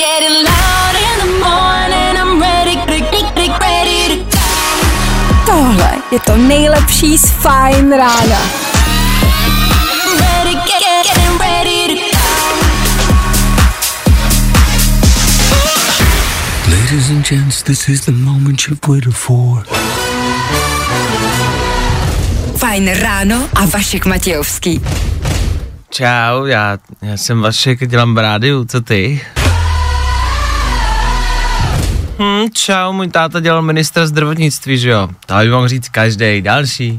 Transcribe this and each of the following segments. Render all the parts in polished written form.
Tohle je to nejlepší z Fajn rána. Ladies and gents, this is the moment you've waited for. Fajn ráno a Vašek Matějovský. Čau, já jsem Vašek, dělám v rádiu, co ty? Čau, můj táta dělal ministra zdravotnictví, že jo? To by mohl říct každej, další.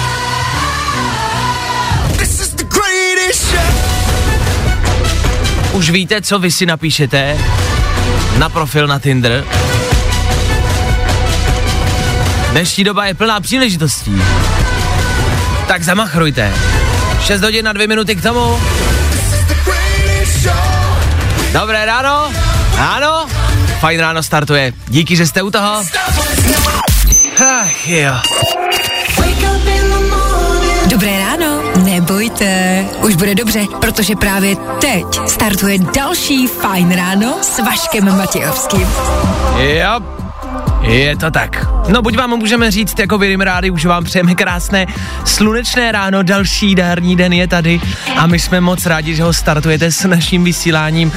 Už víte, co vy si napíšete na profil na Tinder? Dnešní doba je plná příležitostí. Tak zamachrujte. 6 hodin a 2 minuty k tomu. Dobré ráno. Ano. Fajn ráno startuje. Díky, že jste u toho. Ach jo. Dobré ráno, nebojte, už bude dobře, protože právě teď startuje další Fajn ráno s Vaškem Matějovským. Jo, je to tak. No buď vám můžeme říct, jako věřím rádi, už vám přejeme krásné slunečné ráno, další dární den je tady a my jsme moc rádi, že ho startujete s naším vysíláním,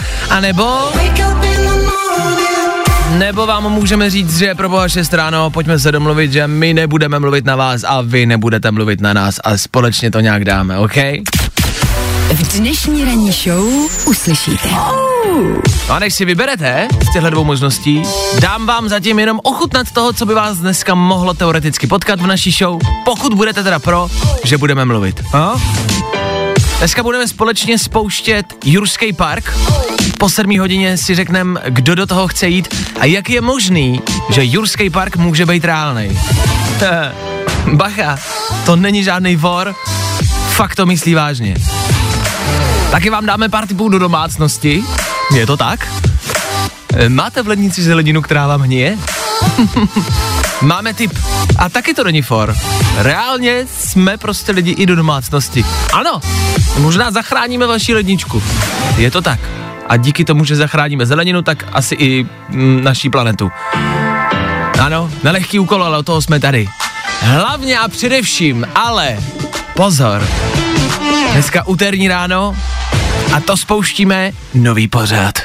nebo vám můžeme říct, že pro boha 6 ráno, pojďme se domluvit, že my nebudeme mluvit na vás a vy nebudete mluvit na nás a společně to nějak dáme, OK? V dnešní ranní show uslyšíte. No a než si vyberete z těchto dvou možností, dám vám zatím jenom ochutnat toho, co by vás dneska mohlo teoreticky potkat v naší show, pokud budete teda pro, že budeme mluvit. Dneska budeme společně spouštět Jurský park. Po 7 hodině si řekneme, kdo do toho chce jít a jak je možný, že Jurský park může být reálnej. Bacha, to není žádný vor, fakt to myslí vážně. Taky vám dáme pár tipů do domácnosti, je to tak? Máte v lednici zeleninu, která vám hníje? Máme tip a taky to není for. Reálně jsme prostě lidi i do domácnosti. Ano, možná zachráníme vaši ledničku. Je to tak. A díky tomu, že zachráníme zeleninu, tak asi i naší planetu. Ano, nelehký úkol, ale od toho jsme tady. Hlavně a především, ale pozor, dneska úterní ráno a to spouštíme nový pořad.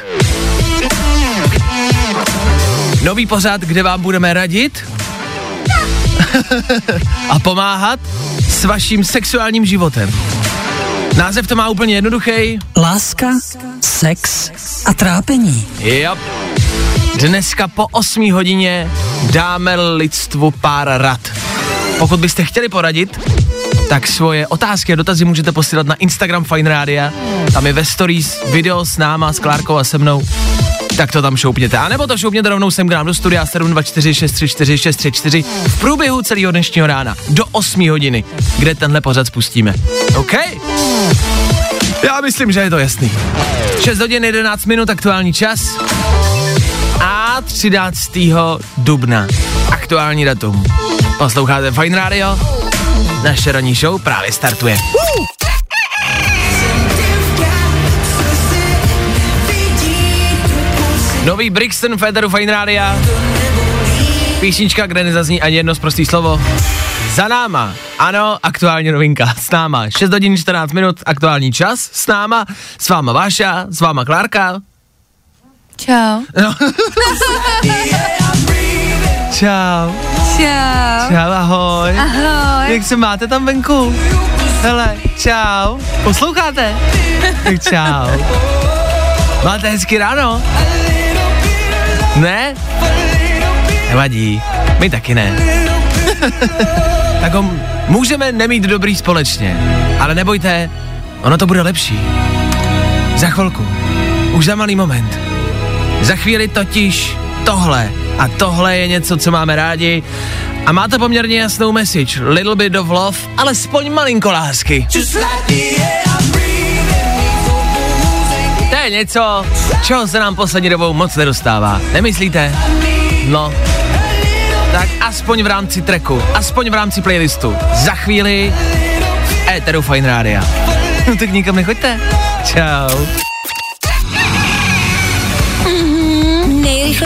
Nový pořad, kde vám budeme radit a pomáhat s vaším sexuálním životem. Název to má úplně jednoduchý. Láska, sex a trápení. Yep. Dneska po 8 hodině dáme lidstvu pár rad. Pokud byste chtěli poradit, tak svoje otázky a dotazy můžete posílat na Instagram Fajn Rádia. Tam je ve stories video s náma, s Klárkou a se mnou. Tak to tam šoupněte. A nebo to šoupněte rovnou sem k nám do studia 724634634 v průběhu celého dnešního rána do 8 hodiny, kde tenhle pořad spustíme. OK? Já myslím, že je to jasný. 6 hodin 11 minut aktuální čas a 13. dubna aktuální datum. Posloucháte Fajn Radio? Naše ranní show právě startuje. Nový Brixton Federu Fajn Rádia. Písnička, kde nezazní ani jedno sprostý slovo. Za náma, ano, aktuální novinka s náma. 6 hodin 14 minut, aktuální čas s náma. S váma Váša, s váma Klárka. Čau. No. Čau. Čau. Čau, ahoj. Ahoj. Jak se máte tam venku? Hele, čau. Posloucháte? Tak čau. Máte hezky ráno? Ne? Nevadí, my taky ne. Tak ho můžeme nemít dobrý společně, ale nebojte, ono to bude lepší. Za chvilku, už za malý moment. Za chvíli totiž tohle a tohle je něco, co máme rádi a má to poměrně jasnou message. Little bit of love, alespoň malinko lásky. To je něco, čeho se nám poslední dobou moc nedostává. Nemyslíte? No. Tak aspoň v rámci tracku, aspoň v rámci playlistu. Za chvíli v éteru Fajn Rádia. No tak nikam nechoďte. Čau.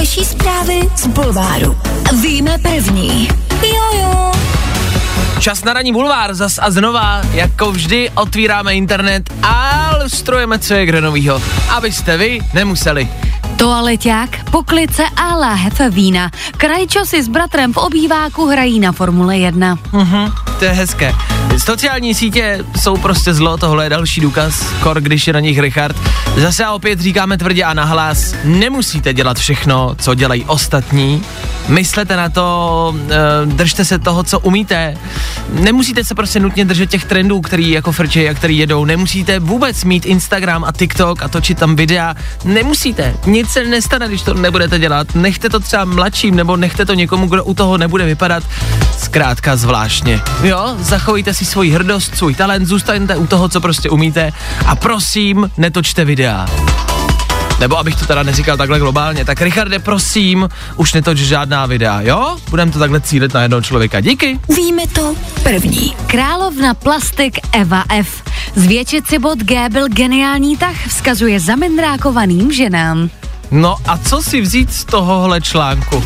nejnovější zprávy z bulváru. Víme první. Jojo. Čas na ranní bulvár, zas a znova, jako vždy otvíráme internet a lustrujeme, co je kde novýho, abyste vy nemuseli. Toaleťák, poklice a láhev vína. Krajčo si s bratrem v obýváku hrají na Formule 1. To je hezké. Sociální sítě jsou prostě zlo, tohle je další důkaz, kor když je na nich Richard. Zase a opět říkáme tvrdě a nahlas, nemusíte dělat všechno, co dělají ostatní. Myslete na to, držte se toho, co umíte. Nemusíte se prostě nutně držet těch trendů, který jako frčejí a který jedou. Nemusíte vůbec mít Instagram a TikTok a točit tam videa. Nemusíte. Nic se nestane, když to nebudete dělat. Nechte to třeba mladším, nebo nechte to někomu, kdo u toho nebude vypadat zkrátka zvláštně. Jo, zachovejte si svoji hrdost, svůj talent, zůstaňte u toho, co prostě umíte a prosím, netočte videa. Nebo abych to teda neříkal takhle globálně, tak Richarde, prosím, už netoč žádná videa, jo? Budeme to takhle cílit na jednoho člověka, díky. Víme to první. Královna plastik Eva F. Zvětšit si bod G byl geniální tah, vzkazuje zamendrákovaným ženám. No a co si vzít z tohohle článku?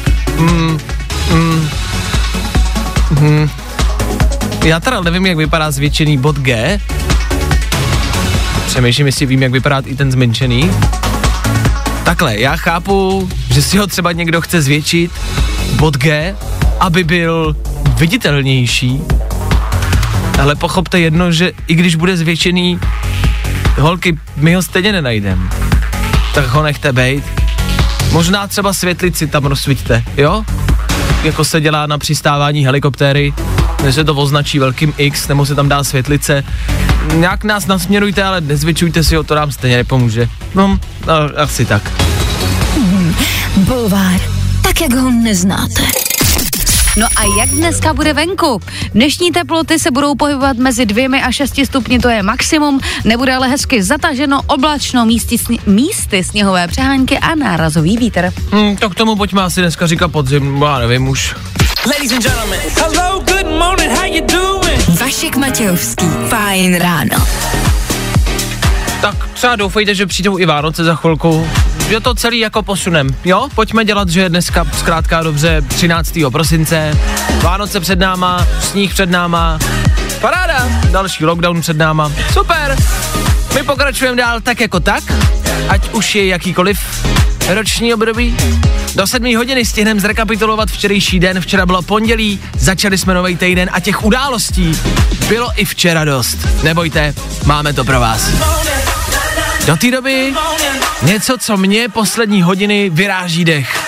Já teda nevím, jak vypadá zvětšený bod G. Přemýšlím, jestli vím, jak vypadá i ten zmenšený. Takhle, já chápu, že si ho třeba někdo chce zvětšit, bod G, aby byl viditelnější, ale pochopte jedno, že i když bude zvětšený, holky, my ho stejně nenajdeme. Tak ho nechte bejt. Možná třeba světlici tam rozsvíťte, jo? Jako se dělá na přistávání helikoptéry, než se to označí velkým X, nebo se tam dá světlice. Nějak nás nasměrujte, ale nezvětšujte si ho, to nám stejně nepomůže. No, asi tak. Bulvár, tak jak ho neznáte. No a jak dneska bude venku? Dnešní teploty se budou pohybovat mezi 2 a 6 stupni, to je maximum, nebude ale hezky zataženo, oblačno, místy sněhové přehánky a nárazový vítr. Tak tomu pojďme asi dneska říkat podzim, já nevím už. Ladies and gentlemen, hello, good morning, how you doing? Vašek Matějovský, Fajn ráno. Tak třeba doufejte, že přijdou i Vánoce za chvilku, že to celý jako posunem, jo? Pojďme dělat, že je dneska zkrátka dobře 13. prosince, Vánoce před náma, sníh před náma, paráda, další lockdown před náma, super! My pokračujeme dál tak jako tak, ať už je jakýkoliv roční období. Do 7 hodiny stihneme zrekapitulovat včerejší den, včera bylo pondělí, začali jsme nový týden a těch událostí bylo i včera dost. Nebojte, máme to pro vás. Do té doby něco, co mě poslední hodiny vyráží dech.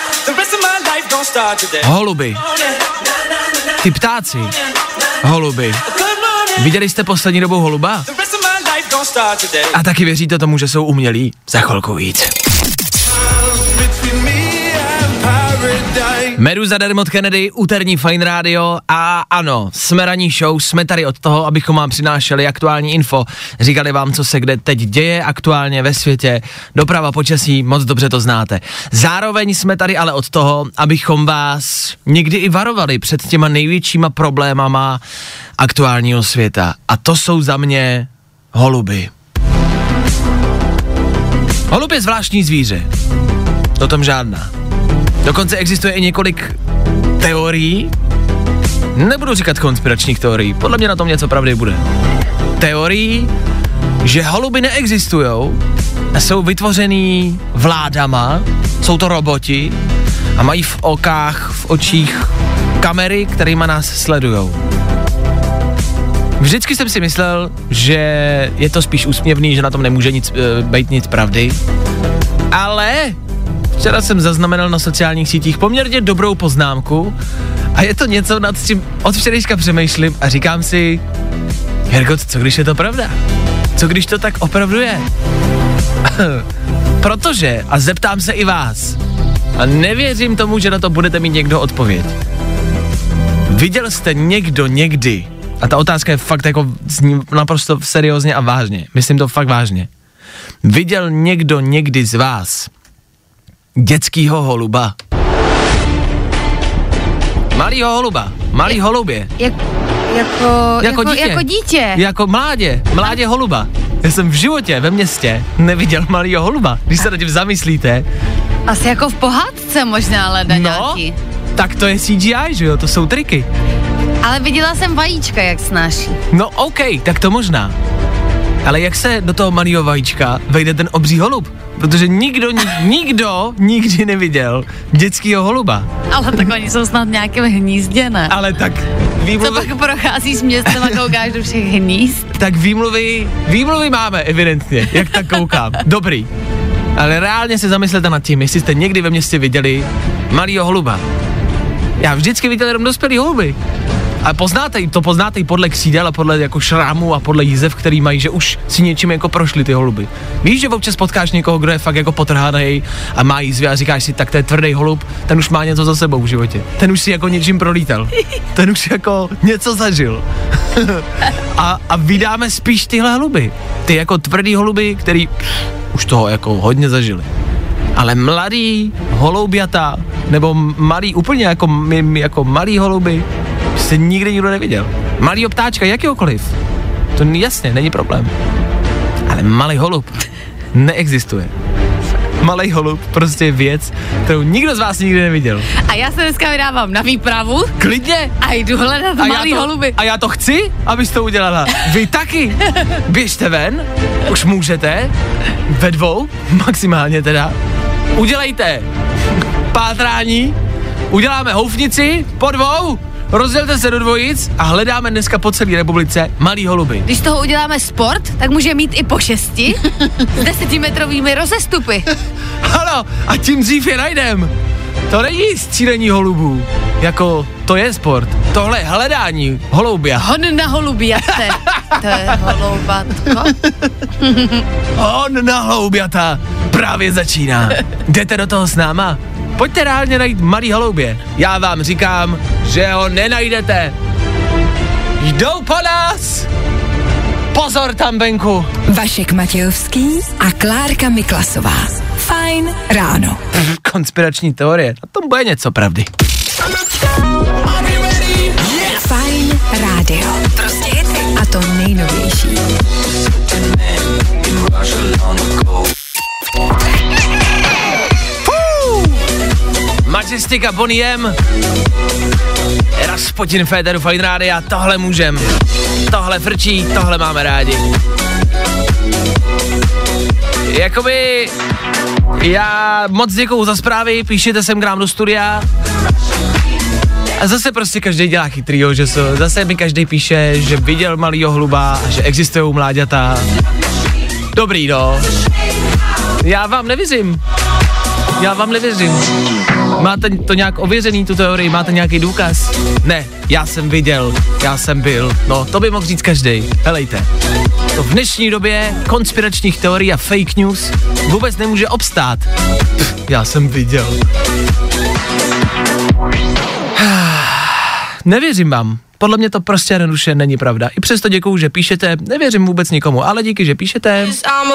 Holuby. Ty ptáci. Holuby. Viděli jste poslední dobou holuba? A taky věříte tomu, že jsou umělí? Za chvilku víc. Meduza Dermot Kennedy, úterní Fajn rádio a ano, jsme ranní show, jsme tady od toho, abychom vám přinášeli aktuální info, říkali vám, co se kde teď děje aktuálně ve světě, doprava, počasí, moc dobře to znáte. Zároveň jsme tady ale od toho, abychom vás někdy i varovali před těma největšíma problémama aktuálního světa a to jsou za mě holuby. Holub je zvláštní zvíře, o tom žádná. Dokonce existuje i několik teorií, nebudu říkat konspiračních teorií, podle mě na tom něco pravdy bude. Teorií, že holuby neexistujou a jsou vytvořený vládama, jsou to roboti a mají v očích kamery, kterýma nás sledujou. Vždycky jsem si myslel, že je to spíš úsměvný, že na tom nemůže být nic pravdy, ale včera jsem zaznamenal na sociálních sítích poměrně dobrou poznámku a je to něco, nad čím od včerejška přemýšlím a říkám si, Hergot, co když je to pravda? Co když to tak opravdu je? Protože, a zeptám se i vás, a nevěřím tomu, že na to budete mít někdo odpověď. Viděl jste někdo někdy, a ta otázka je fakt jako zní naprosto seriózně a vážně, myslím to fakt vážně. Viděl někdo někdy z vás dětskýho holuba? Malýho holuba, malý holubě. Jako dítě. Jako mládě holuba. Já jsem v životě ve městě neviděl malýho holuba, když se na tím zamyslíte. Asi jako v pohádce možná, ale nějaký. Tak to je CGI, že jo, to jsou triky. Ale viděla jsem vajíčka, jak snáší. No OK, tak to možná. Ale jak se do toho malého vajíčka vejde ten obří holub? Protože nikdo nikdy neviděl dětskýho holuba. Ale tak oni jsou snad nějakém hnízdě, ne? Ale tak Co pak procházíš městem a koukáš do všech hnízd? Tak výmluvy máme evidentně, jak tak koukám. Dobrý. Ale reálně se zamyslete nad tím, jestli jste někdy ve městě viděli malýho holuba. Já vždycky viděl jenom dospělý holuby. A poznáte i podle křídel a podle jako šrámů a podle jízev, který mají, že už si něčím jako prošli ty holuby. Víš, že občas potkáš někoho, kdo je fakt jako potrhanej a má jízvy a říkáš si, tak to je tvrdý holub, ten už má něco za sebou v životě. Ten už si jako něčím prolítal. Ten už jako něco zažil. a vydáme spíš tyhle holuby. Ty jako tvrdý holuby, který už toho jako hodně zažili. Ale mladý holoubjata, nebo malý, úplně jako malý holuby, se nikdy nikdo neviděl. Malýho ptáčka, jakýhokoliv. To jasně, není problém. Ale malý holub neexistuje. Malý holub prostě je věc, kterou nikdo z vás nikdy neviděl. A já se dneska vydávám na výpravu. Klidně. A jdu hledat malý holuby. A já to chci, abys to udělala. Vy taky. Běžte ven, už můžete, ve dvou, maximálně teda. Udělejte pátrání, uděláme houfnici po dvou, rozdělte se do dvojic a hledáme dneska po celé republice malý holuby. Když toho uděláme sport, tak může mít i po 6 s 10metrovými rozestupy. Ano, a tím dřív je najdem. To není střílení holubů, jako to je sport. Tohle je hledání holoubia. Hon na holubiate. To je holoubatko. Hon na holoubjata právě začíná. Jdete do toho s náma? Pojďte reálně najít malý holoubě. Já vám říkám, že ho nenajdete. Jdou po nás. Pozor tam venku. Vašek Matějovský a Klárka Miklasová. Fajn ráno. Konspirační teorie, na tom bude něco pravdy. Fajn rádio. Prostě hity. A to nejnovější. Majestic a Bonnie M. Rasputin Féteru Fajn rádia, tohle můžem. Tohle frčí, tohle máme rádi. Jakoby já moc děkuju za zprávy, píšete sem k nám do studia. A zase prostě každý dělá chytrýho, že zase mi každý píše, že viděl malýho holuba a že existují mláďata. Dobrý, no. Já vám nevěřím. Máte to nějak ověřený, tu teorii? Máte nějaký důkaz? Ne, já jsem viděl, já jsem byl. No, to by mohl říct každej. Helejte. To v dnešní době konspiračních teorií a fake news vůbec nemůže obstát. Já jsem viděl. Nevěřím vám. Podle mě to prostě jednoduše není pravda. I přesto děkuju, že píšete. Nevěřím vůbec nikomu, ale díky, že píšete.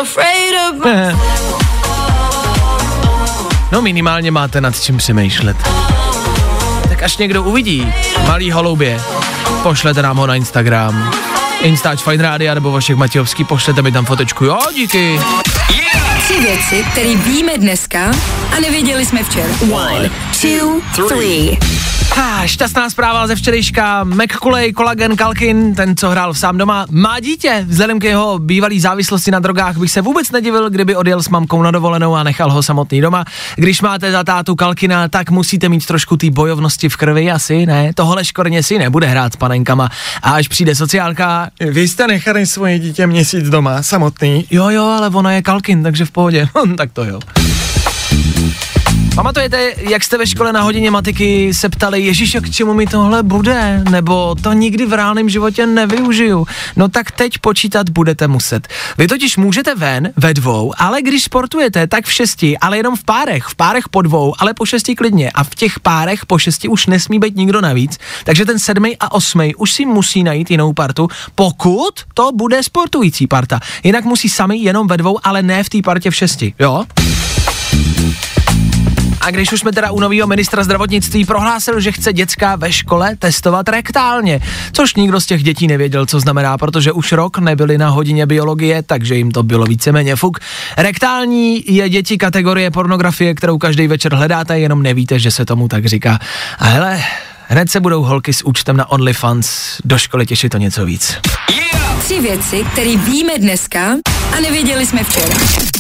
No minimálně máte nad čím přemýšlet. Tak až někdo uvidí malý holoubě, pošlete nám ho na Instagram. Instač Fajn rádia nebo Vašek Matějovský, pošlete mi tam fotečku. Jo, díky. 3 věci, které víme dneska a nevěděli jsme včera. 1, 2, 3. Šťastná zpráva ze včerejška. McCulley, Kolagen, Kalkin, ten, co hrál Sám doma, má dítě. Vzhledem k jeho bývalý závislosti na drogách bych se vůbec nedivil, kdyby odjel s mamkou na dovolenou a nechal ho samotný doma. Když máte za tátu Kalkina, tak musíte mít trošku té bojovnosti v krvi, asi, ne? Tohle škorně si nebude hrát s panenkama. A až přijde sociálka, vy jste nechali svoje dítě měsíc doma, samotný. Jo, ale ona je Kalkin, takže v pohodě. Tak to jo. Pamatujete, jak jste ve škole na hodině matiky se ptali, Ježíš, k čemu mi tohle bude? Nebo to nikdy v reálném životě nevyužiju? No tak teď počítat budete muset. Vy totiž můžete ven ve 2, ale když sportujete, tak v 6, ale jenom v párech po 2, ale po 6 klidně. A v těch párech po 6 už nesmí být nikdo navíc, takže ten 7. a 8. už si musí najít jinou partu, pokud to bude sportující parta. Jinak musí sami jenom ve 2, ale ne v té partě v 6, jo? A když už jsme teda u nového ministra zdravotnictví, prohlásil, že chce děcka ve škole testovat rektálně, což nikdo z těch dětí nevěděl, co znamená, protože už rok nebyli na hodině biologie, takže jim to bylo víceméně fuk. Rektální je děti kategorie pornografie, kterou každý večer hledáte, jenom nevíte, že se tomu tak říká. A hele, hned se budou holky s účtem na OnlyFans do školy těšit o něco víc. 3 věci, které víme dneska a nevěděli jsme včera.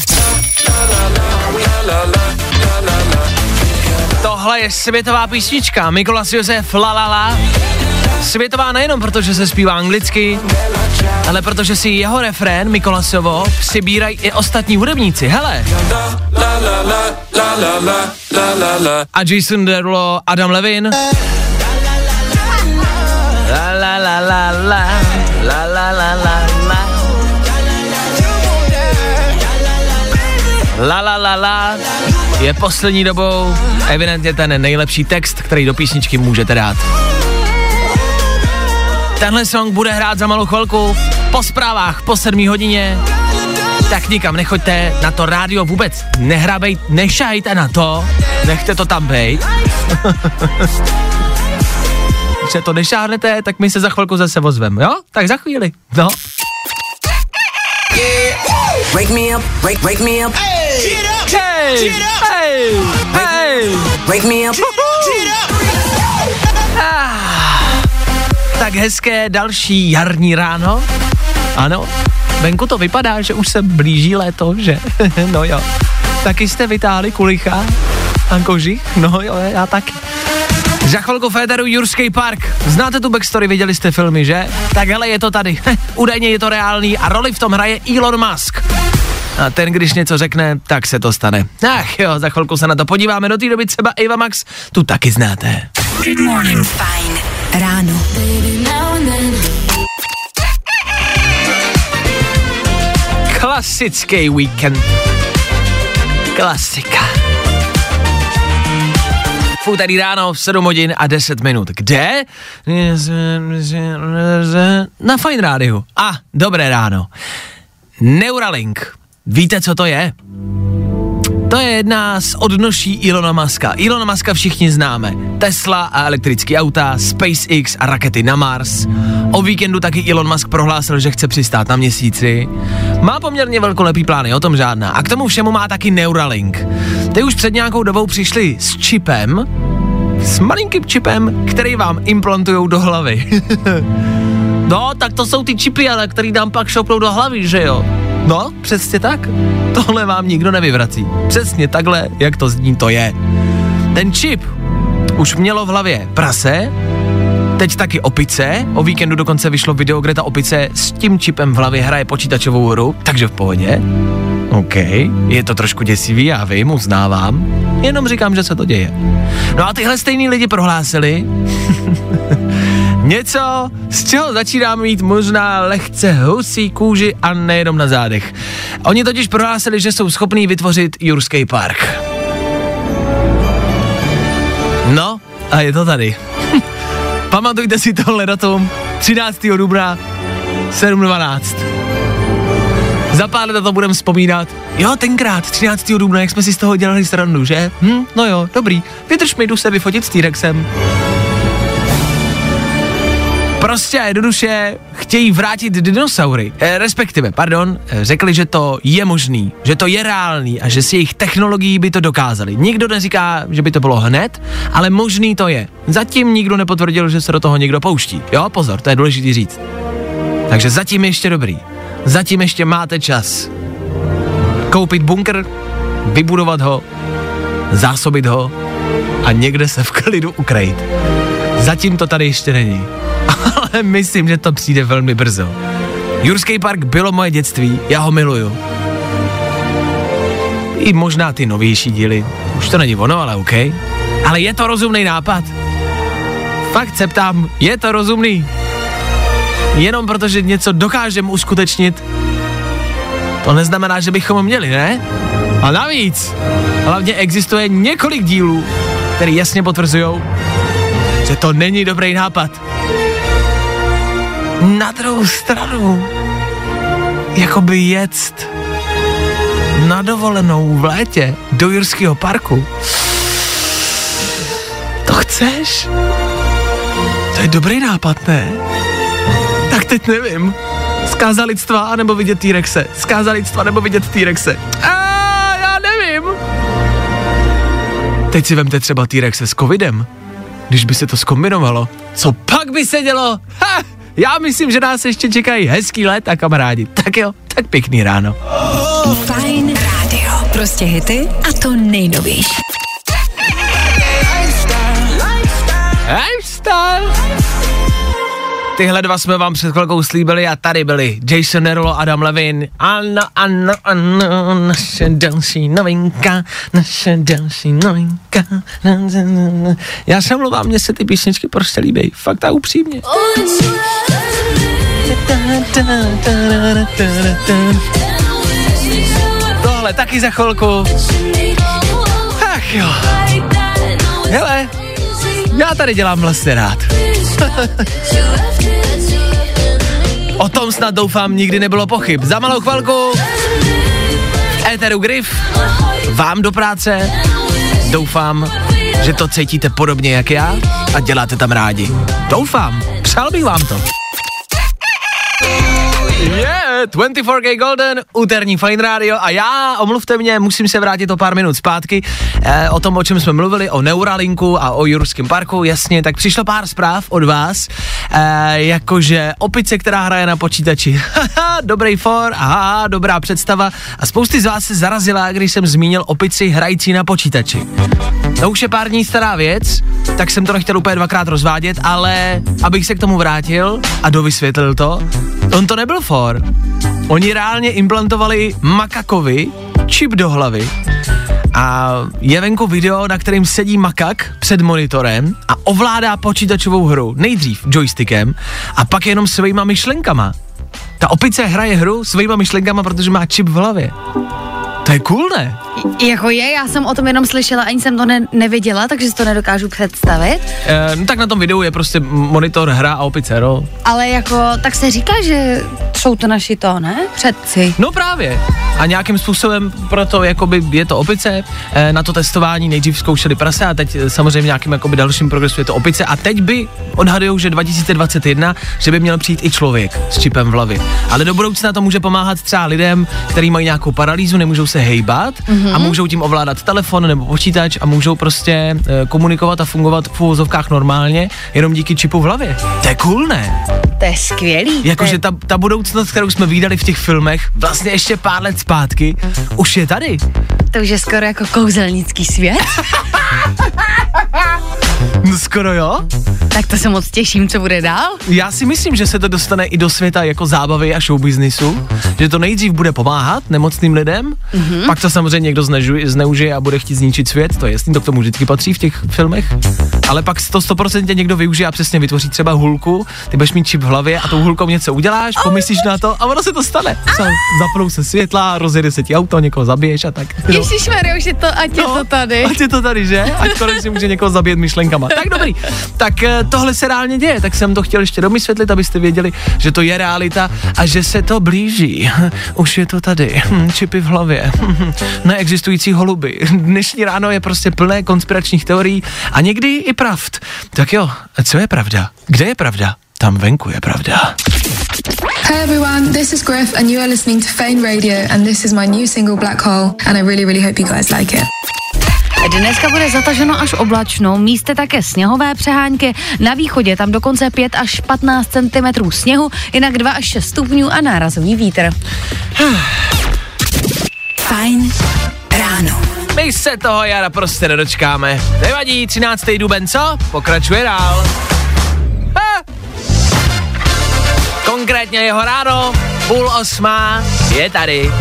Tohle je světová písnička, Mikolas Josef La La La. Světová nejenom protože se zpívá anglicky, ale protože si jeho refrén Mikolasovo přibírají i ostatní hudebníci. Hele. A Jason Derulo, Adam Levine. La la la la la, la la la la la. La la la la je poslední dobou evidentně ten nejlepší text, který do písničky můžete dát. Tenhle song bude hrát za malou chvilku, po zprávách, po 7 hodině. Tak nikam nechoďte, na to rádio vůbec nehrabejte, nešahejte na to, nechte to tam bejt. Když to nešáhnete, tak my se za chvilku zase ozveme, jo? Tak za chvíli, no. Wake me up, wake me up. Hey, hey, hey. Wake me up. Tak hezké další jarní ráno. Ano, venku to vypadá, že už se blíží léto, že? No jo. Taky jste vytáhli kulicha a kožich? No jo, já taky. Za chvilku Féteru Jurský park. Znáte tu backstory, viděli jste filmy, že? Tak hele, je to tady. Údajně je to reálný a roli v tom hraje Elon Musk. A ten, když něco řekne, tak se to stane. Ach jo, za chvilku se na to podíváme, do té doby třeba Ava Max, tu taky znáte. Good morning, fajn ráno. Klasický víkend. Klasika. V úterý ráno v 7 hodin a 10 minut. Kde? Na Fajn rádiu. Dobré ráno. Neuralink. Víte, co to je? To je jedna z odnoší Elona Muska. Elona Muska všichni známe. Tesla a elektrický auta, SpaceX a rakety na Mars. O víkendu taky Elon Musk prohlásil, že chce přistát na Měsíci. Má poměrně velkolepý plány, o tom žádná. A k tomu všemu má taky Neuralink. Ty už před nějakou dobou přišli s čipem, s malinkým čipem, který vám implantujou do hlavy. No, tak to jsou ty čipy, ale který nám pak šoupnou do hlavy, že jo? No, přesně tak. Tohle vám nikdo nevyvrací. Přesně takhle, jak to zní, to je. Ten čip už mělo v hlavě prase, teď taky opice. O víkendu dokonce vyšlo video, kde ta opice s tím čipem v hlavě hraje počítačovou hru, takže v pohodě. OK, je to trošku děsivý, já vím, uznávám. Jenom říkám, že se to děje. No a tyhle stejný lidi prohlásili něco, z čeho začínáme mít možná lehce husí kůži a nejenom na zádech. Oni totiž prohlásili, že jsou schopní vytvořit Jurský park. No, a je to tady. Pamatujte si tohle datum, 13. dubna, 7:12. Za pár let to budeme vzpomínat. Jo, tenkrát, 13. dubna, jak jsme si z toho dělali srandu, že? No jo, dobrý. Vydrž mi, jdu se vyfotit s T-Rexem. Prostě a jednoduše chtějí vrátit dinosaury. Řekli, že to je možný, že to je reálný a že s jejich technologií by to dokázali. Nikdo neříká, že by to bylo hned, ale možný to je. Zatím nikdo nepotvrdil, že se do toho někdo pouští. Jo, pozor, to je důležitý říct. Takže zatím ještě dobrý. Zatím ještě máte čas. Koupit bunkr, vybudovat ho, zásobit ho a někde se v klidu ukrejit. Zatím to tady ještě není. Ale myslím, že to přijde velmi brzo. Jurský park bylo moje dětství, já ho miluju. I možná ty novější díly, už to není ono, ale OK. Ale je to rozumný nápad. Fakt se ptám, je to rozumný? Jenom protože něco dokážeme uskutečnit, to neznamená, že bychom měli, ne? A navíc, hlavně existuje několik dílů, které jasně potvrzujou, že to není dobrý nápad. Na druhou stranu, jakoby jet na dovolenou v létě do Jurského parku, Chceš? To je dobrý nápad, ne? Tak teď nevím. Zkáza lidstva, anebo vidět T-rexe. Zkáza lidstva, nebo vidět T-rexe. Já nevím. Teď si vemte třeba T-rexe s covidem. Když by se to zkombinovalo, co pak by se dělo? Já myslím, že nás ještě čekají hezký léta, kamarádi. Tak jo, tak pěkný ráno. Fajn rádio. Prostě hity a to nejnovější. Lifestyle. Tyhle dva jsme vám před chvilkou slíbili a tady byli Jason Derulo, Adam Levine. Ano, naše další novinka. Já se mluvám, mně se ty písničky prostě líbí, fakt a upřímně. Tohle taky za chvilku. Ach jo. Hele, já tady dělám vlastně rád. O tom snad doufám nikdy nebylo pochyb. Za malou chvilku éteru Griff, vám do práce. Doufám, že to cítíte podobně jak já a děláte tam rádi. Doufám, přál bych vám to. 24K Golden, úterní Fajn rádio a já, omluvte mě, musím se vrátit o pár minut zpátky o tom, o čem jsme mluvili, o Neuralinku a o Jurském parku, jasně, tak přišlo pár zpráv od vás, jakože opice, která hraje na počítači, dobrý for, aha, dobrá představa a spousty z vás se zarazila, když jsem zmínil opici hrající na počítači. To už je pár dní stará věc, tak jsem to nechtěl úplně dvakrát rozvádět, ale abych se k tomu vrátil a dovysvětlil to, on to nebyl for. Oni reálně implantovali makakovi čip do hlavy a je venku video, na kterým sedí makak před monitorem a ovládá počítačovou hru, nejdřív joystickem a pak jenom svýma myšlenkama. Ta opice hraje hru svýma myšlenkama, protože má čip v hlavě. To je cool, ne? Jako já jsem o tom jenom slyšela, ani jsem to neviděla, takže si to nedokážu představit. No tak na tom videu je prostě monitor, hra a opice, no. Ale jako, tak se říká, že jsou to naši to, ne? Předci. No právě. A nějakým způsobem proto jakoby je to opice, na to testování nejdřív zkoušeli prase a teď samozřejmě nějakým jakoby dalším progresu je to opice a teď by odhadujou, že 2021, že by měl přijít i člověk s čipem v hlavě. Ale do budoucna to může pomáhat třeba lidem, kteří mají nějakou paralýzu, nemůžou se hejbat a můžou tím ovládat telefon nebo počítač a můžou prostě komunikovat a fungovat v uvozovkách normálně, jenom díky čipu v hlavě. To je cool, ne? To je skvělý. Jakože ta budoucnost, kterou jsme viděli v těch filmech, vlastně ještě pár let zpátky, už je tady. To už je skoro jako kouzelnický svět. No skoro jo. Tak to se moc těším, co bude dál. Já si myslím, že se to dostane i do světa jako zábavy a showbiznisu, že to nejdřív bude pomáhat nemocným lidem, pak to samozřejmě někdo zneužije a bude chtít zničit svět, to je jasný, to k tomu vždycky patří v těch filmech, ale pak to 100% někdo využije a přesně vytvoří třeba hulku, ty budeš mít čip v hlavě a tou hulkou něco uděláš, pomyslíš na to a ono se to stane. Zapnou se světla, rozjede se ti auto, někoho zabiješ a tak. Ježišmarja, už je to, ať je to tady. Ať je to tady, že? Ať konečně může někoho zabít myšlenkama. Tak dobrý. Tak tohle se reálně děje, tak jsem to chtěl ještě domysvětlit, abyste věděli, že to je realita a že se to blíží. Už je to tady. Čipy v hlavě. Neexistující holuby. Dnešní ráno je prostě plné konspiračních teorií a někdy i pravd. Tak jo, co je pravda? Kde je pravda? Tam venku je pravda. Hey everyone, this is Griff and you are listening to Fame Radio and this is my new single Black Hole and I really, really hope you guys like it. Dneska bude zataženo až oblačno, místy také sněhové přehánky, na východě tam dokonce 5 až 15 cm sněhu, jinak 2 až 6 stupňů a nárazový vítr. Fajn ráno. My se toho jara prostě nedočkáme. Nevadí, 13. duben, co? Pokračuje dál. Konkrétně jeho ráno, 7:30, je tady.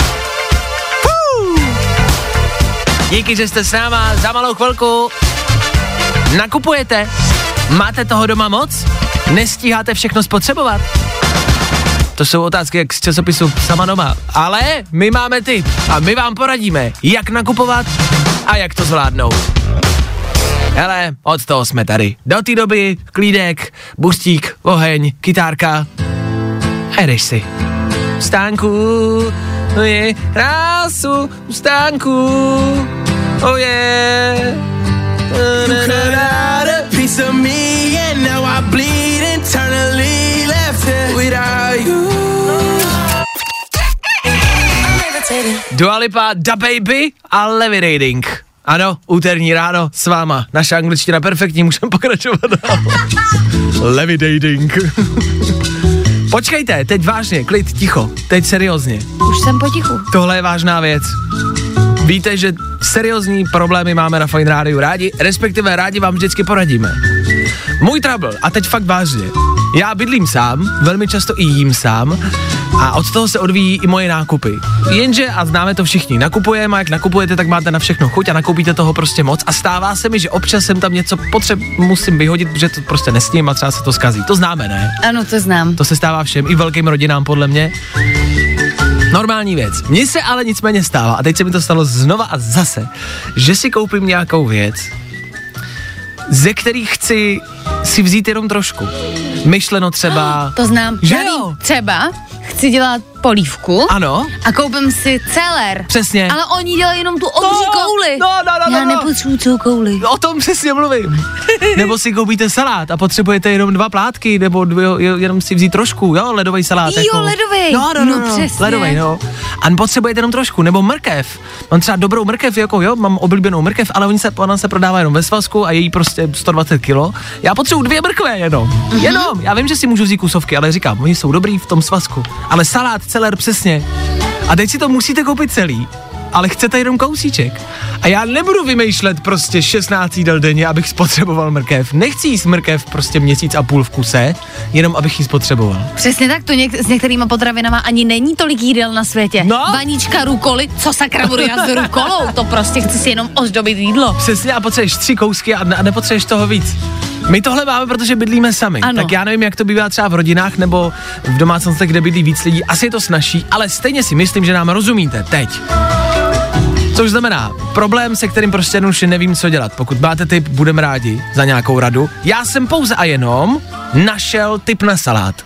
Díky, že jste s náma, za malou chvilku nakupujete. Máte toho doma moc? Nestíháte všechno spotřebovat? To jsou otázky jak z časopisu Sama doma. Ale my máme tip a my vám poradíme, jak nakupovat a jak to zvládnout. Hele, od toho jsme tady. Do té doby klídek, bustík, oheň, kytárka. A jdeš si. Vstánku, je rásu, vstánku, oh yeah. Dua Lipa, Da Baby a Levitating. Ano, úterní ráno s váma. Naše angličtina perfektní, můžeme pokračovat. Levitating. Počkejte, teď vážně, klid, ticho, teď seriózně. Už jsem potichu. Tohle je vážná věc. Víte, že seriózní problémy máme na Fajn rádiu rádi, respektive rádi vám vždycky poradíme. Můj trouble, a teď fakt vážně. Já bydlím sám, velmi často i jím sám a od toho se odvíjí i moje nákupy. Jenže, a známe to všichni, nakupujeme a jak nakupujete, tak máte na všechno chuť a nakoupíte toho prostě moc a stává se mi, že občas jsem tam něco musím vyhodit, protože to prostě nesním a třeba se to zkazí. To známe, ne? Ano, to znám. To se stává všem, i velkým rodinám podle mě. Normální věc. Mně se ale nicméně stává, a teď se mi to stalo znova a zase, že si koupím nějakou věc, ze kterých chci si vzít jenom trošku. Myšleno třeba... To znám. Že jo? Třeba chci dělat polívku. Ano. A koupím si celer. Přesně. Ale oni dělají jenom tu obří kouli. Já nepotřebuji celou kouli. O tom přesně mluvím. Nebo si koupíte salát a potřebujete jenom 2 plátky, nebo jenom si vzít trošku, jo, ledový salát. Jo, jako. ledový. No, přesně. Ledový, no. A potřebujete jenom trošku, nebo mrkev. Mám třeba dobrou mrkev, jako jo, mám oblíbenou mrkev, ale ona se prodává jenom ve svazku a její prostě 120 kilo. Já potřebuji 2 mrkve jenom. Jenom. Já vím, že si můžu vzít kusovky, ale říkám, oni jsou dobrý v tom svazku. Ale salát, celer, přesně. A teď si to musíte koupit celý, ale chcete jenom kousíček. A já nebudu vymýšlet prostě 16 jídel denně, abych spotřeboval mrkev. Nechci jíst mrkev prostě 1,5 měsíce v kuse, jenom abych ji spotřeboval. Přesně tak, to s některýma potravinama ani není tolik jídel na světě. No. Vanička rukoly, co sakra budu já s rukolou, to prostě chci si jenom ozdobit jídlo. Přesně, a potřebuješ 3 kousky a nepotřebuješ toho víc. My tohle máme, protože bydlíme sami. Ano. Tak já nevím, jak to bývá třeba v rodinách nebo v domácnostech, kde bydlí víc lidí. Asi je to snazší, ale stejně si myslím, že nám rozumíte teď. Což znamená, problém, se kterým prostě už nevím, co dělat. Pokud máte tip, budeme rádi za nějakou radu. Já jsem pouze a jenom našel tip na salát.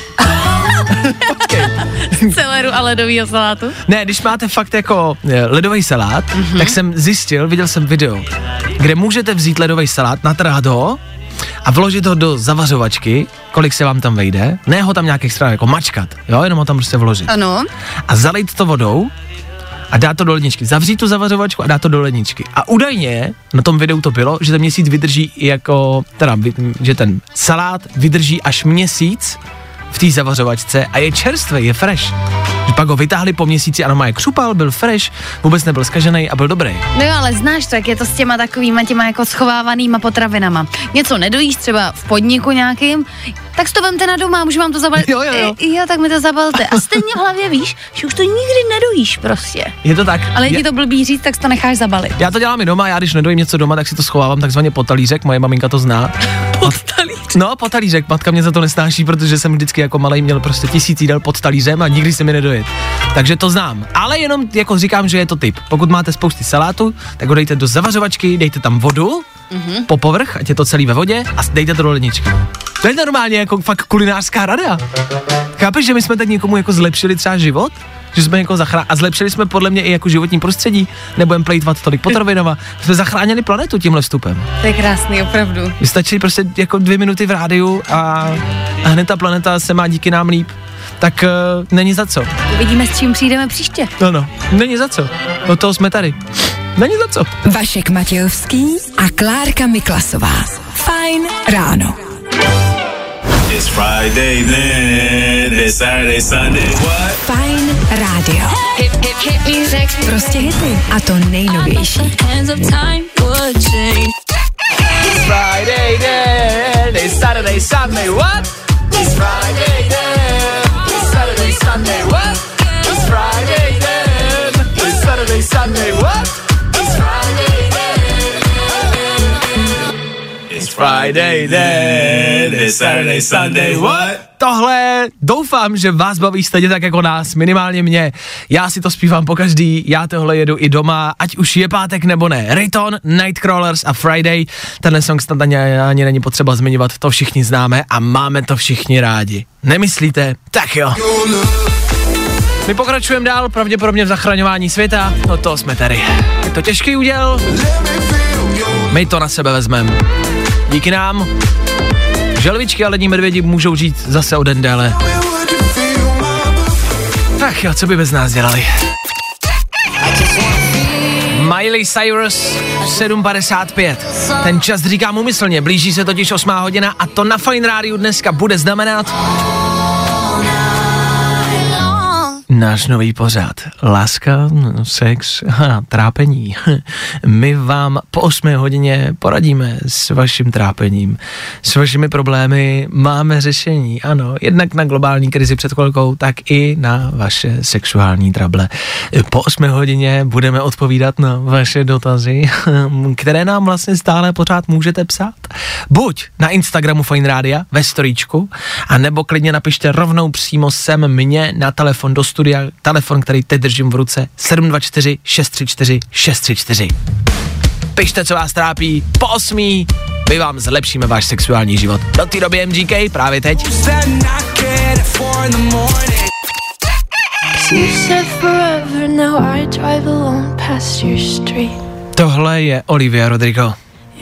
Celeru a ledovýho salátu? Ne, když máte fakt jako ledový salát, tak jsem zjistil, viděl jsem video, kde můžete vzít ledový salát, natrhat ho a vložit ho do zavařovačky, kolik se vám tam vejde, ne ho tam nějakých stran jako mačkat, jo, jenom ho tam prostě vložit. Ano. A zalít to vodou a dát to do ledničky, zavřít tu zavařovačku a dát to do ledničky. A údajně na tom videu to bylo, že ten měsíc vydrží jako, že ten salát vydrží až měsíc v té zavařovačce a je čerstvý, je fresh. Že pak ho vytáhli po měsíci a normálně křupal, byl fresh, vůbec nebyl zkažený a byl dobrý. No jo, ale znáš to, jak je to s těma takovýma jako schovávanýma potravinama. Něco nedojíš třeba v podniku nějakým, tak si to vemte na doma, můžu vám to zabalit. Jo. Jo, tak mi to zabalte. A stejně v hlavě víš, že už to nikdy nedojíš prostě. Je to tak. Ale je ti to blbý říct, tak si to necháš zabalit. Já to dělám i doma, já když nedojím něco doma, tak si to schovávám takzvaně pod talířek, moje maminka to zná. Pod talířek? No, pod talířek, matka mě za to nesnáší, protože jsem vždycky jako malej měl prostě 1000 jídel pod talířem a nikdy se mi nedojet. Takže to znám. Ale jenom jako říkám, že je to tip. Pokud máte spousty salátu, tak ho dejte do zavařovačky, dejte tam vodu po povrch, ať je to celý ve vodě a dejte to do ledničky. To je normálně jako fakt kulinářská rada. Chápeš, že my jsme tak někomu jako zlepšili třeba život? Že jsme jako a zlepšili jsme podle mě i jako životní prostředí, nebudeme plejtvat tolik potravinama. Jsme zachránili planetu tímhle vstupem. To je krásný, opravdu. Stačí prostě jako 2 minuty v rádiu a hned ta planeta se má díky nám líp. Tak není za co. Uvidíme, s čím přijdeme příště. No, není za co. Od toho jsme tady. Není za co. Vašek Matějovský a Klárka Miklasová. Fajn ráno. It's Friday then, it's Saturday, Sunday, what? Fajn rádio. Hit music. Prostě hity. A to nejnovější. Hands of time would change. It's Friday then, it's Saturday, Sunday, what? It's Friday then, it's Saturday, Sunday, what? It's Friday then, it's Saturday, Sunday, what? It's Friday then. It's Friday then, it's Saturday, Sunday, what? Tohle doufám, že vás baví stejně tak jako nás, minimálně mě. Já si to zpívám pokaždý, já tohle jedu i doma, ať už je pátek nebo ne. Riton, Nightcrawlers a Friday, tenhle song snad ani není potřeba zmiňovat, to všichni známe a máme to všichni rádi. Nemyslíte? Tak jo. My pokračujeme dál, pravděpodobně v zachraňování světa, no to jsme tady. Je to těžký úděl, my to na sebe vezmeme. Díky nám. Želvičky a lední medvědi můžou žít zase o den déle. Tak jo, co by bez nás dělali? Miley Cyrus 7:55. Ten čas říkám úmyslně, blíží se totiž 8 hodina a to na Fajn rádiu dneska bude znamenat náš nový pořad. Láska, sex a trápení. My vám po 8 hodině poradíme s vaším trápením, s vašimi problémy, máme řešení, ano, jednak na globální krizi před chvilkou, tak i na vaše sexuální trable. Po 8 hodině budeme odpovídat na vaše dotazy, které nám vlastně stále pořád můžete psát. Buď na Instagramu Fajn rádia, ve storíčku, a nebo klidně napište rovnou přímo sem mně na telefon do studia, telefon, který teď držím v ruce, 724 634 634. Pište, co vás trápí, po 8. my vám zlepšíme váš sexuální život. Do té doby MGK, právě teď. Tohle je Olivia Rodrigo.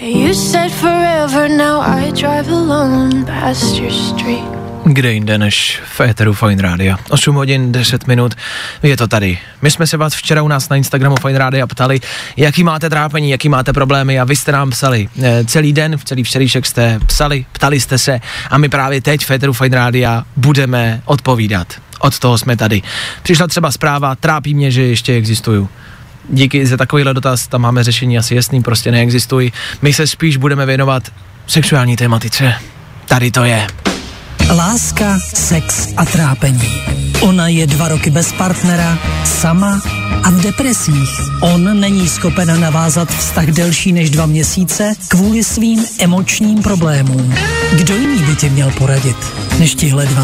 Kde jinde než v éteru Fajn rádia. 8 hodin 10 minut, je to tady. My jsme se vás včera u nás na Instagramu Fajn rádia ptali, jaký máte trápení, jaký máte problémy, a vy jste nám psali. Celý den, v celý včerejšek jste psali, ptali jste se a my právě teď v éteru Fajn rádia budeme odpovídat. Od toho jsme tady. Přišla třeba zpráva, trápí mě, že ještě existuju. Díky za takovýhle dotaz, tam máme řešení asi jasný, prostě neexistují. My se spíš budeme věnovat sexuální tematice. Tady to je. Láska, sex a trápení. Ona je 2 roky bez partnera, sama a v depresích. On není schopen navázat vztah delší než 2 měsíce kvůli svým emočním problémům. Kdo jiný by ti měl poradit, než tihle 2?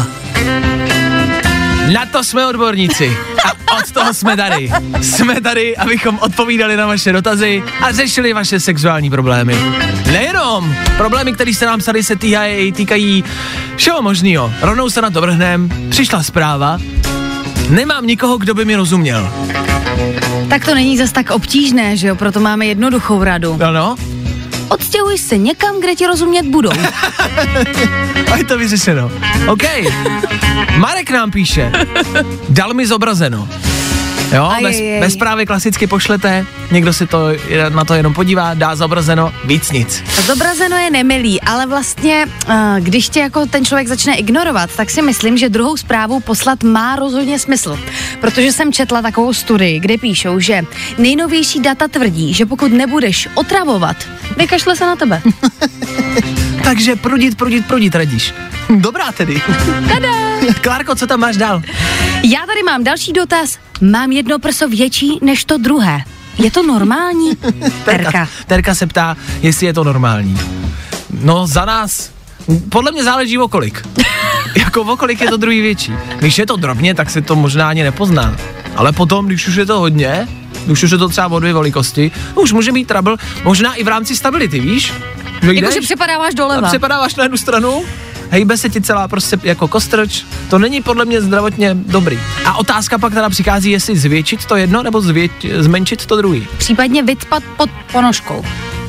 Na to jsme odborníci a od toho jsme tady. Jsme tady, abychom odpovídali na vaše dotazy a řešili vaše sexuální problémy. Nejenom problémy, které se nám psali, se týkají všeho možného. Rovnou se na to vrhnem, přišla zpráva, nemám nikoho, kdo by mi rozuměl. Tak to není zas tak obtížné, že jo, proto máme jednoduchou radu. Ano? Odstěhuj se někam, kde ti rozumět budou. A je to vyřešeno. OK. Marek nám píše, dal mi zobrazeno. Jo, bez zprávy klasicky pošlete, někdo si to na to jenom podívá, dá zobrazeno, víc nic. Zobrazeno je nemilý, ale vlastně, když tě jako ten člověk začne ignorovat, tak si myslím, že druhou zprávu poslat má rozhodně smysl. Protože jsem četla takovou studii, kde píšou, že nejnovější data tvrdí, že pokud nebudeš otravovat, vykašle se na tebe. Takže prudit radíš. Dobrá tedy. Tada! Klárko, co tam máš dál? Já tady mám další dotaz. Mám jedno prso větší než to druhé. Je to normální? Terka se ptá, jestli je to normální. No za nás, podle mě záleží o kolik. Jako o kolik je to druhý větší. Když je to drobně, tak se to možná ani nepozná. Ale potom, když už je to hodně, když už je to třeba o 2 velikosti, už může být trouble, možná i v rámci stability, víš? Jakože přepadáváš doleva. Přepadáváš na jednu stranu, hejbe se ti celá prostě jako kostrč, to není podle mě zdravotně dobrý. A otázka pak teda přichází, jestli zvětšit to jedno, nebo zmenšit to druhý. Případně vycpat pod ponožkou.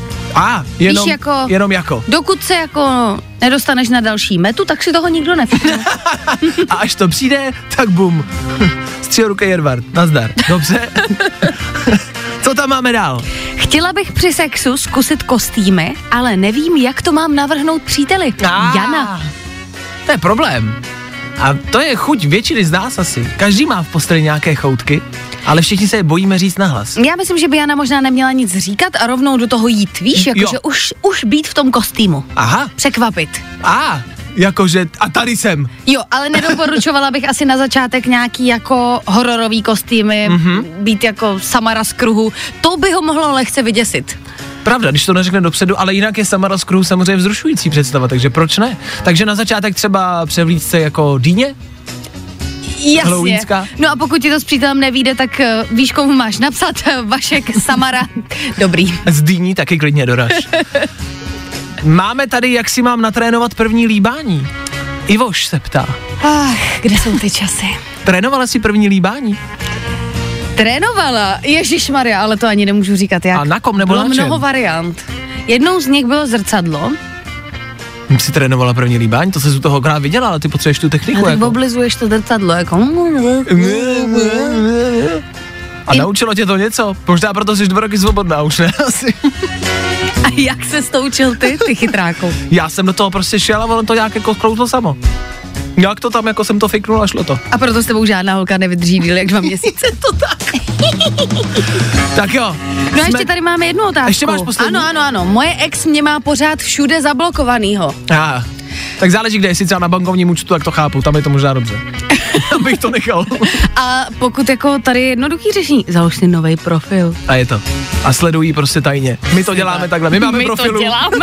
Jenom jako. Dokud se jako nedostaneš na další metu, tak si toho nikdo nevšimne. A až to přijde, tak bum. Střihoruké Edward, nazdar. Dobře. Co tam máme dál? Chtěla bych při sexu zkusit kostýmy, ale nevím, jak to mám navrhnout příteli. Jana. To je problém. A to je chuť většiny z nás asi. Každý má v posteli nějaké choutky, ale všichni se je bojíme říct nahlas. Já myslím, že by Jana možná neměla nic říkat a rovnou do toho jít, víš, jakože už být v tom kostýmu. Aha. Překvapit. Jakože, a tady jsem. Jo, ale nedoporučovala bych asi na začátek nějaký jako hororový kostýmy, být jako Samara z Kruhu, to by ho mohlo lehce vyděsit. Pravda, když to neřekne dopředu, ale jinak je Samara z Kruhu samozřejmě vzrušující představa, takže proč ne? Takže na začátek třeba převlíct se jako dýně? Jasně. Halloweenská? No a pokud ti to s přítelem nevíde, tak víš, komu máš napsat, Vašek, Samara. Dobrý. Z dýní taky klidně doraž. Máme tady, jak si mám natrénovat první líbání. Ivoš se ptá. Kde jsou ty časy? Trénovala jsi první líbání? Trénovala? Ježišmarja, ale to ani nemůžu říkat jak. A na kom nebo bylo na čem? Mnoho variant. Jednou z nich bylo zrcadlo. Jsi trénovala první líbání? To se z toho akorát viděla, ale ty potřebuješ tu techniku. A tak oblizuješ to zrcadlo, jako... A naučilo tě to něco? Možná proto jsi 2 roky svobodná už, ne? Asi. A jak se stoučil ty chytráku? Já jsem do toho prostě šel a ono to nějak jako sklouzlo samo. Jak to tam, jako jsem to fiknul a šlo to. A proto s tebou žádná holka nevydrží díl jak 2 měsíce. To tak. Tak jo. No a ještě tady máme jednu otázku. Ještě máš poslední? Ano. Moje ex mě má pořád všude zablokovanýho. Tak záleží, kde, jestli třeba na bankovním účtu, tak to chápu, tam je to možná dobře. Abych to nechal. A pokud jako tady je jednoduchý řešení, založ si novej profil. A je to. A sledují prostě tajně. My to děláme takhle, my máme profilu. My to děláme.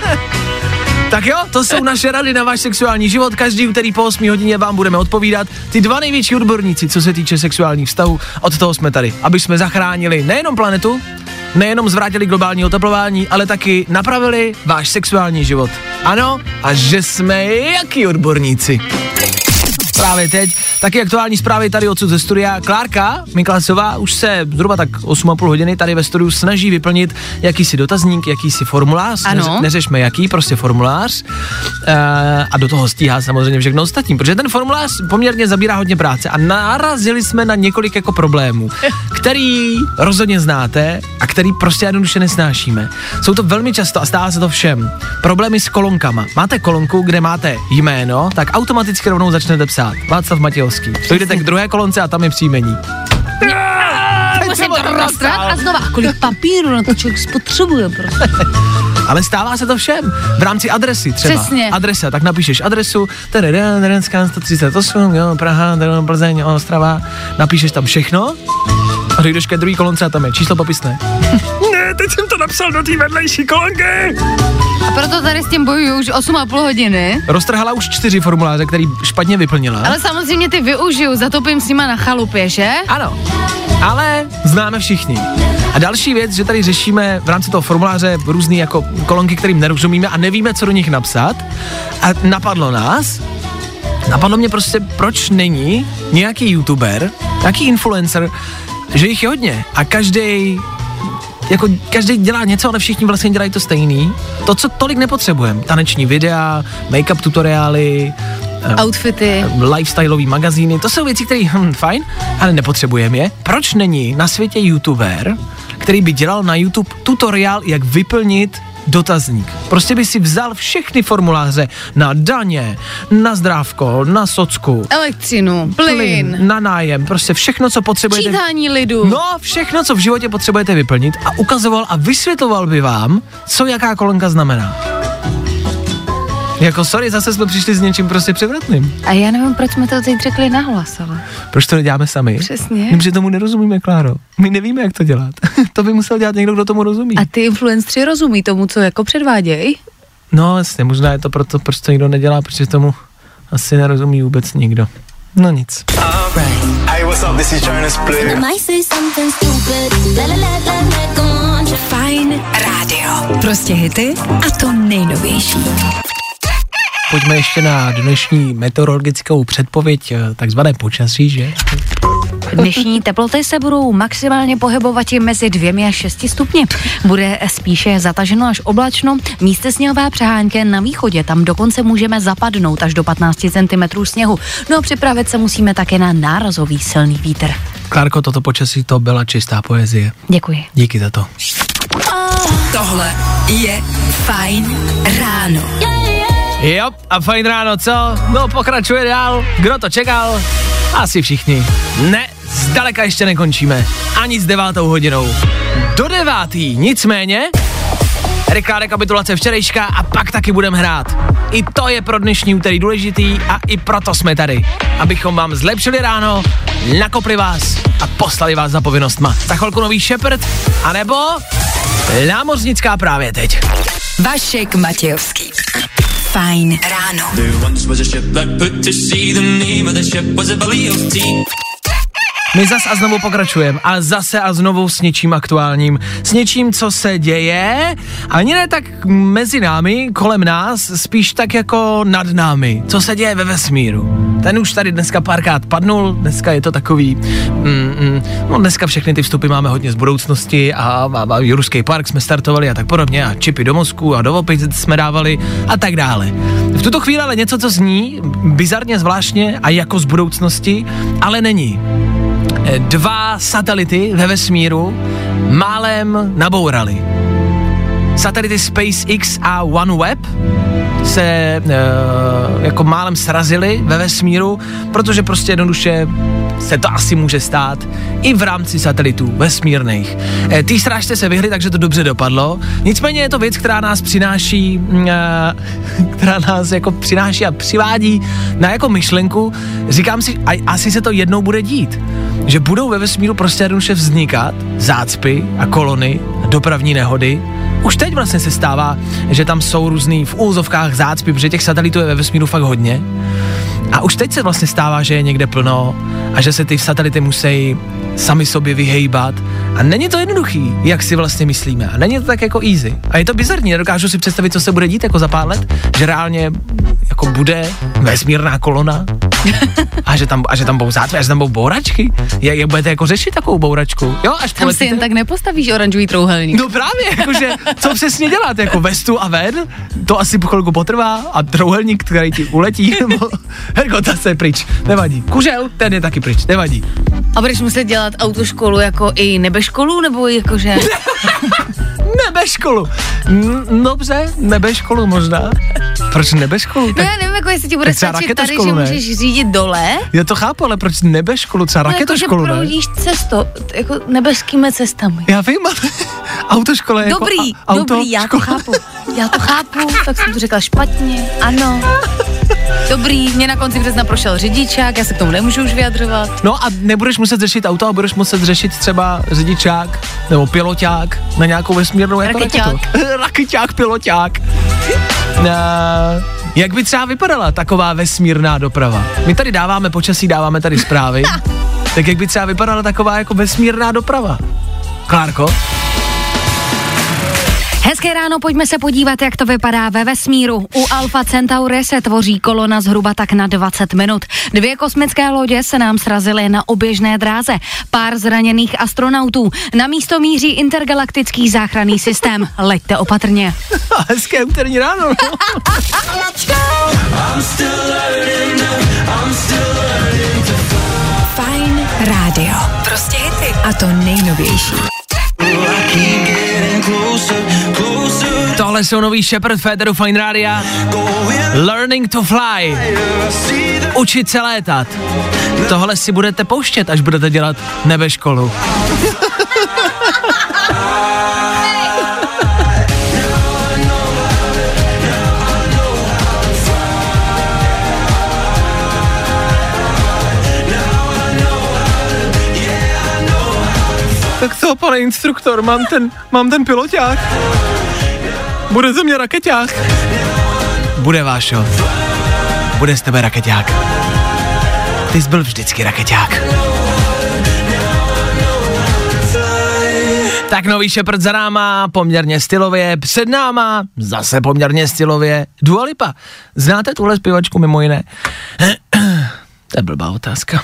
Tak jo, to jsou naše rady na váš sexuální život. Každý úterý po 8 hodině vám budeme odpovídat. Ty 2 největší odborníci, co se týče sexuálních vztahů, od toho jsme tady. Aby jsme zachránili nejenom planetu, nejenom zvrátili globální oteplování, ale taky napravili váš sexuální život. Ano, a že jsme jaký odborníci. Právě teď, taky aktuální zprávy tady odsud ze studia. Klárka Miklasová už se zhruba tak 8,5 hodiny tady ve studiu snaží vyplnit jakýsi dotazník, jakýsi formulář. Ano. Neřešme jaký, prostě formulář. A do toho stíhá samozřejmě všechno ostatní, protože ten formulář poměrně zabírá hodně práce a narazili jsme na několik jako problémů, který rozhodně znáte a který prostě jednoduše nesnášíme. Jsou to velmi často a stává se to všem. Problémy s kolonkama. Máte kolonku, kde máte jméno, tak automaticky rovnou začnete psát Václav Matějovský. Dojdete k druhé kolonce a tam je příjmení. Musím to roztrát a znova. A kolik papíru na to člověk spotřebuje prostě. Ale stává se to všem. V rámci adresy třeba. Přesně. Adresa, tak napíšeš adresu, Terenská 138, jo, Praha, Plzeň, Ostrava, napíšeš tam všechno a dojdeš ke druhé kolonce a tam je číslo popisné. Ne, teď jsem to napsal do té vedlejší kolonky. A proto tady s tím bojuju už 8,5 hodiny. Roztrhala už 4 formuláře, který špatně vyplnila. Ale samozřejmě ty využiju, zatopím s nima na chalupě, že? Ano, ale známe všichni. A další věc, že tady řešíme v rámci toho formuláře různý jako kolonky, kterým nerozumíme a nevíme, co do nich napsat. A napadlo mě prostě, proč není nějaký youtuber, nějaký influencer, že jich je hodně a každý dělá něco, ale všichni vlastně dělají to stejný. To, co tolik nepotřebujeme. Taneční videa, make-up tutoriály, outfity, lifestyleový magazíny, to jsou věci, které fajn, ale nepotřebujeme je. Proč není na světě youtuber, který by dělal na YouTube tutoriál, jak vyplnit dotazník? Prostě by si vzal všechny formuláře na daně, na zdrávko, na socku, elektřinu, plyn, na nájem, prostě všechno, co potřebujete. Čítání lidu. No, všechno, co v životě potřebujete vyplnit a ukazoval a vysvětloval by vám, co jaká kolonka znamená. Jako sorry, zase jsme přišli s něčím prostě převratným. A já nevím, proč jsme to teď řekli nahlas, ale. Proč to neděláme sami? Přesně. Protože tomu nerozumíme, Kláro. My nevíme, jak to dělat. To by musel dělat někdo, kdo tomu rozumí. A ty influenceri rozumí tomu, co jako předvádějí? No, jasně, možná je to proto, proč to nikdo nedělá, protože tomu asi nerozumí vůbec nikdo. No nic. Hey, what's up? This is Jonas Blue. Fajn rádio. Prostě hity a to nejnovější. Pojďme ještě na dnešní meteorologickou předpověď, takzvané počasí, že? Dnešní teploty se budou maximálně pohybovat i mezi 2 až 6 stupni. Bude spíše zataženo až oblačno. Místy sněhové přehánky na východě, tam dokonce můžeme zapadnout až do 15 cm sněhu. No a připravit se musíme také na nárazový silný vítr. Klárko, toto počasí to byla čistá poezie. Děkuji. Díky za to. Tohle je Fajn ráno. Jo, a Fajn ráno, co? No, pokračuje dál. Kdo to čekal? Asi všichni. Ne, zdaleka ještě nekončíme. Ani s 9. hodinou. Do 9. Nicméně, rychlá rekapitulace včerejška a pak taky budeme hrát. I to je pro dnešní úterý důležitý a i proto jsme tady. Abychom vám zlepšili ráno, nakopli vás a poslali vás za povinnostma. Za chvilku nový Shepherd, anebo námořnická právě teď. Vašek Matějovský. Fajn ráno. My zas a znovu pokračujeme a zase a znovu s něčím aktuálním, s něčím, co se děje, ani ne tak mezi námi, kolem nás, spíš tak jako nad námi, co se děje ve vesmíru. Ten už tady dneska párkrát padnul, dneska je to takový, no dneska všechny ty vstupy máme hodně z budoucnosti a Jurský park jsme startovali a tak podobně a čipy do mozku a do opic jsme dávali a tak dále. V tuto chvíli ale něco, co zní bizarně zvláštně a jako z budoucnosti, ale není. 2 satelity ve vesmíru málem nabourali. Satelity SpaceX a OneWeb se jako málem srazily ve vesmíru, protože prostě jednoduše se to asi může stát i v rámci satelitů vesmírných. Té srážce se vyhly, takže to dobře dopadlo. Nicméně je to věc, která nás přináší a přivádí na jako myšlenku. Říkám si, asi se to jednou bude dít. Že budou ve vesmíru prostě jednoduše vznikat zácpy a kolony, dopravní nehody. Už teď vlastně se stává, že tam jsou různý v úzovkách zácpy, protože těch satelitů je ve vesmíru fakt hodně. A už teď se vlastně stává, že je někde plno a že se ty satelity musí sami sobě vyhejbat. A není to jednoduchý, jak si vlastně myslíme. A není to tak jako easy. A je to bizarní, nedokážu si představit, co se bude dít jako za pár let, že reálně jako bude vesmírná kolona a že tam budou zácpy, a že tam budou bouračky. Jak budete jako řešit takovou bouračku? Jo, až tam si jen tak nepostavíš oranžový trouhelník. No právě, jakože, co přesně děláte, jako vestu a ven, to asi po chvilku potrvá a trouhelník, který ti uletí, nebo hergota se je pryč, nevadí. Kužel, ten je taky pryč, nevadí. A budeš muset dělat autoškolu jako i nebeškolu, nebo jakože... Nebeškolu. Dobře, nebeškolu možná. Proč nebeškolu? No já nevím, jako jestli ti bude stačit tady, že můžeš řídit dole. Já to chápu, ale proč nebeškolu, třeba raketoškolu, ne? No jako, že prohodíš cesto, jako nebeskými cestami. Já vím, ale autoškola je Dobrý, já to chápu, tak jsem to řekla špatně, ano. Dobrý, mě na konci března prošel řidičák, já se k tomu nemůžu už vyjadřovat. No a nebudeš muset řešit auto, a budeš muset řešit třeba řidičák nebo piloťák na nějakou vesmírnou raketu. Rakeťák, piloťák. Jak by třeba vypadala taková vesmírná doprava? My tady dáváme počasí, dáváme tady zprávy. Tak jak by třeba vypadala taková jako vesmírná doprava? Klárko? Hezké ráno, pojďme se podívat, jak to vypadá ve vesmíru. U Alpha Centauri se tvoří kolona zhruba tak na 20 minut. 2 kosmické lodě se nám srazily na oběžné dráze. Pár zraněných astronautů. Na místo míří intergalaktický záchranný systém. Leďte opatrně. Hezké úterní ráno. Fajn rádio. Prostě hity. A to nejnovější. Tohle jsou nový Shepard Federu Fine Rádia. Learning to fly. Učit se létat. Tohle si budete pouštět, až budete dělat nebeškolu. Tak co, pane instruktor, mám ten piloťák. Bude ze mě rakeťák. Bude, Vášo. Bude z tebe rakeťák. Ty jsi byl vždycky rakeťák. Tak nový Shepard za náma, poměrně stylově, před náma, zase poměrně stylově, Dua Lipa. Znáte tuhle zpěvačku mimo jiné? To je blbá otázka.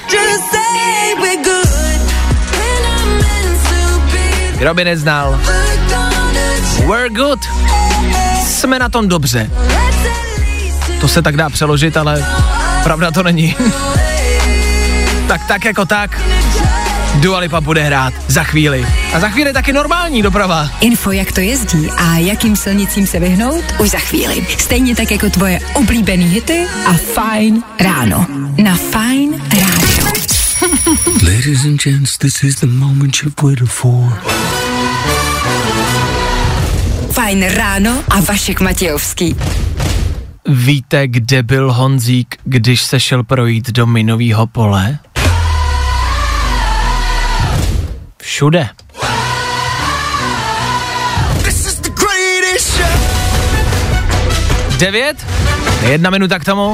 Kdo by neznal? We're good. Jsme na tom dobře. To se tak dá přeložit, ale pravda to není. tak jako tak. Dua Lipa bude hrát za chvíli. A za chvíli taky normální doprava. Info, jak to jezdí a jakým silnicím se vyhnout, už za chvíli. Stejně tak jako tvoje oblíbený hity a Fajn ráno. Na Fajn rádiu. Ladies and gents, this is the moment you've waited for. Fajn ráno a Vašek Matějovský. Víte, kde byl Honzík, když se šel projít do minového pole? Všude. Devět, 1 minuta k tomu.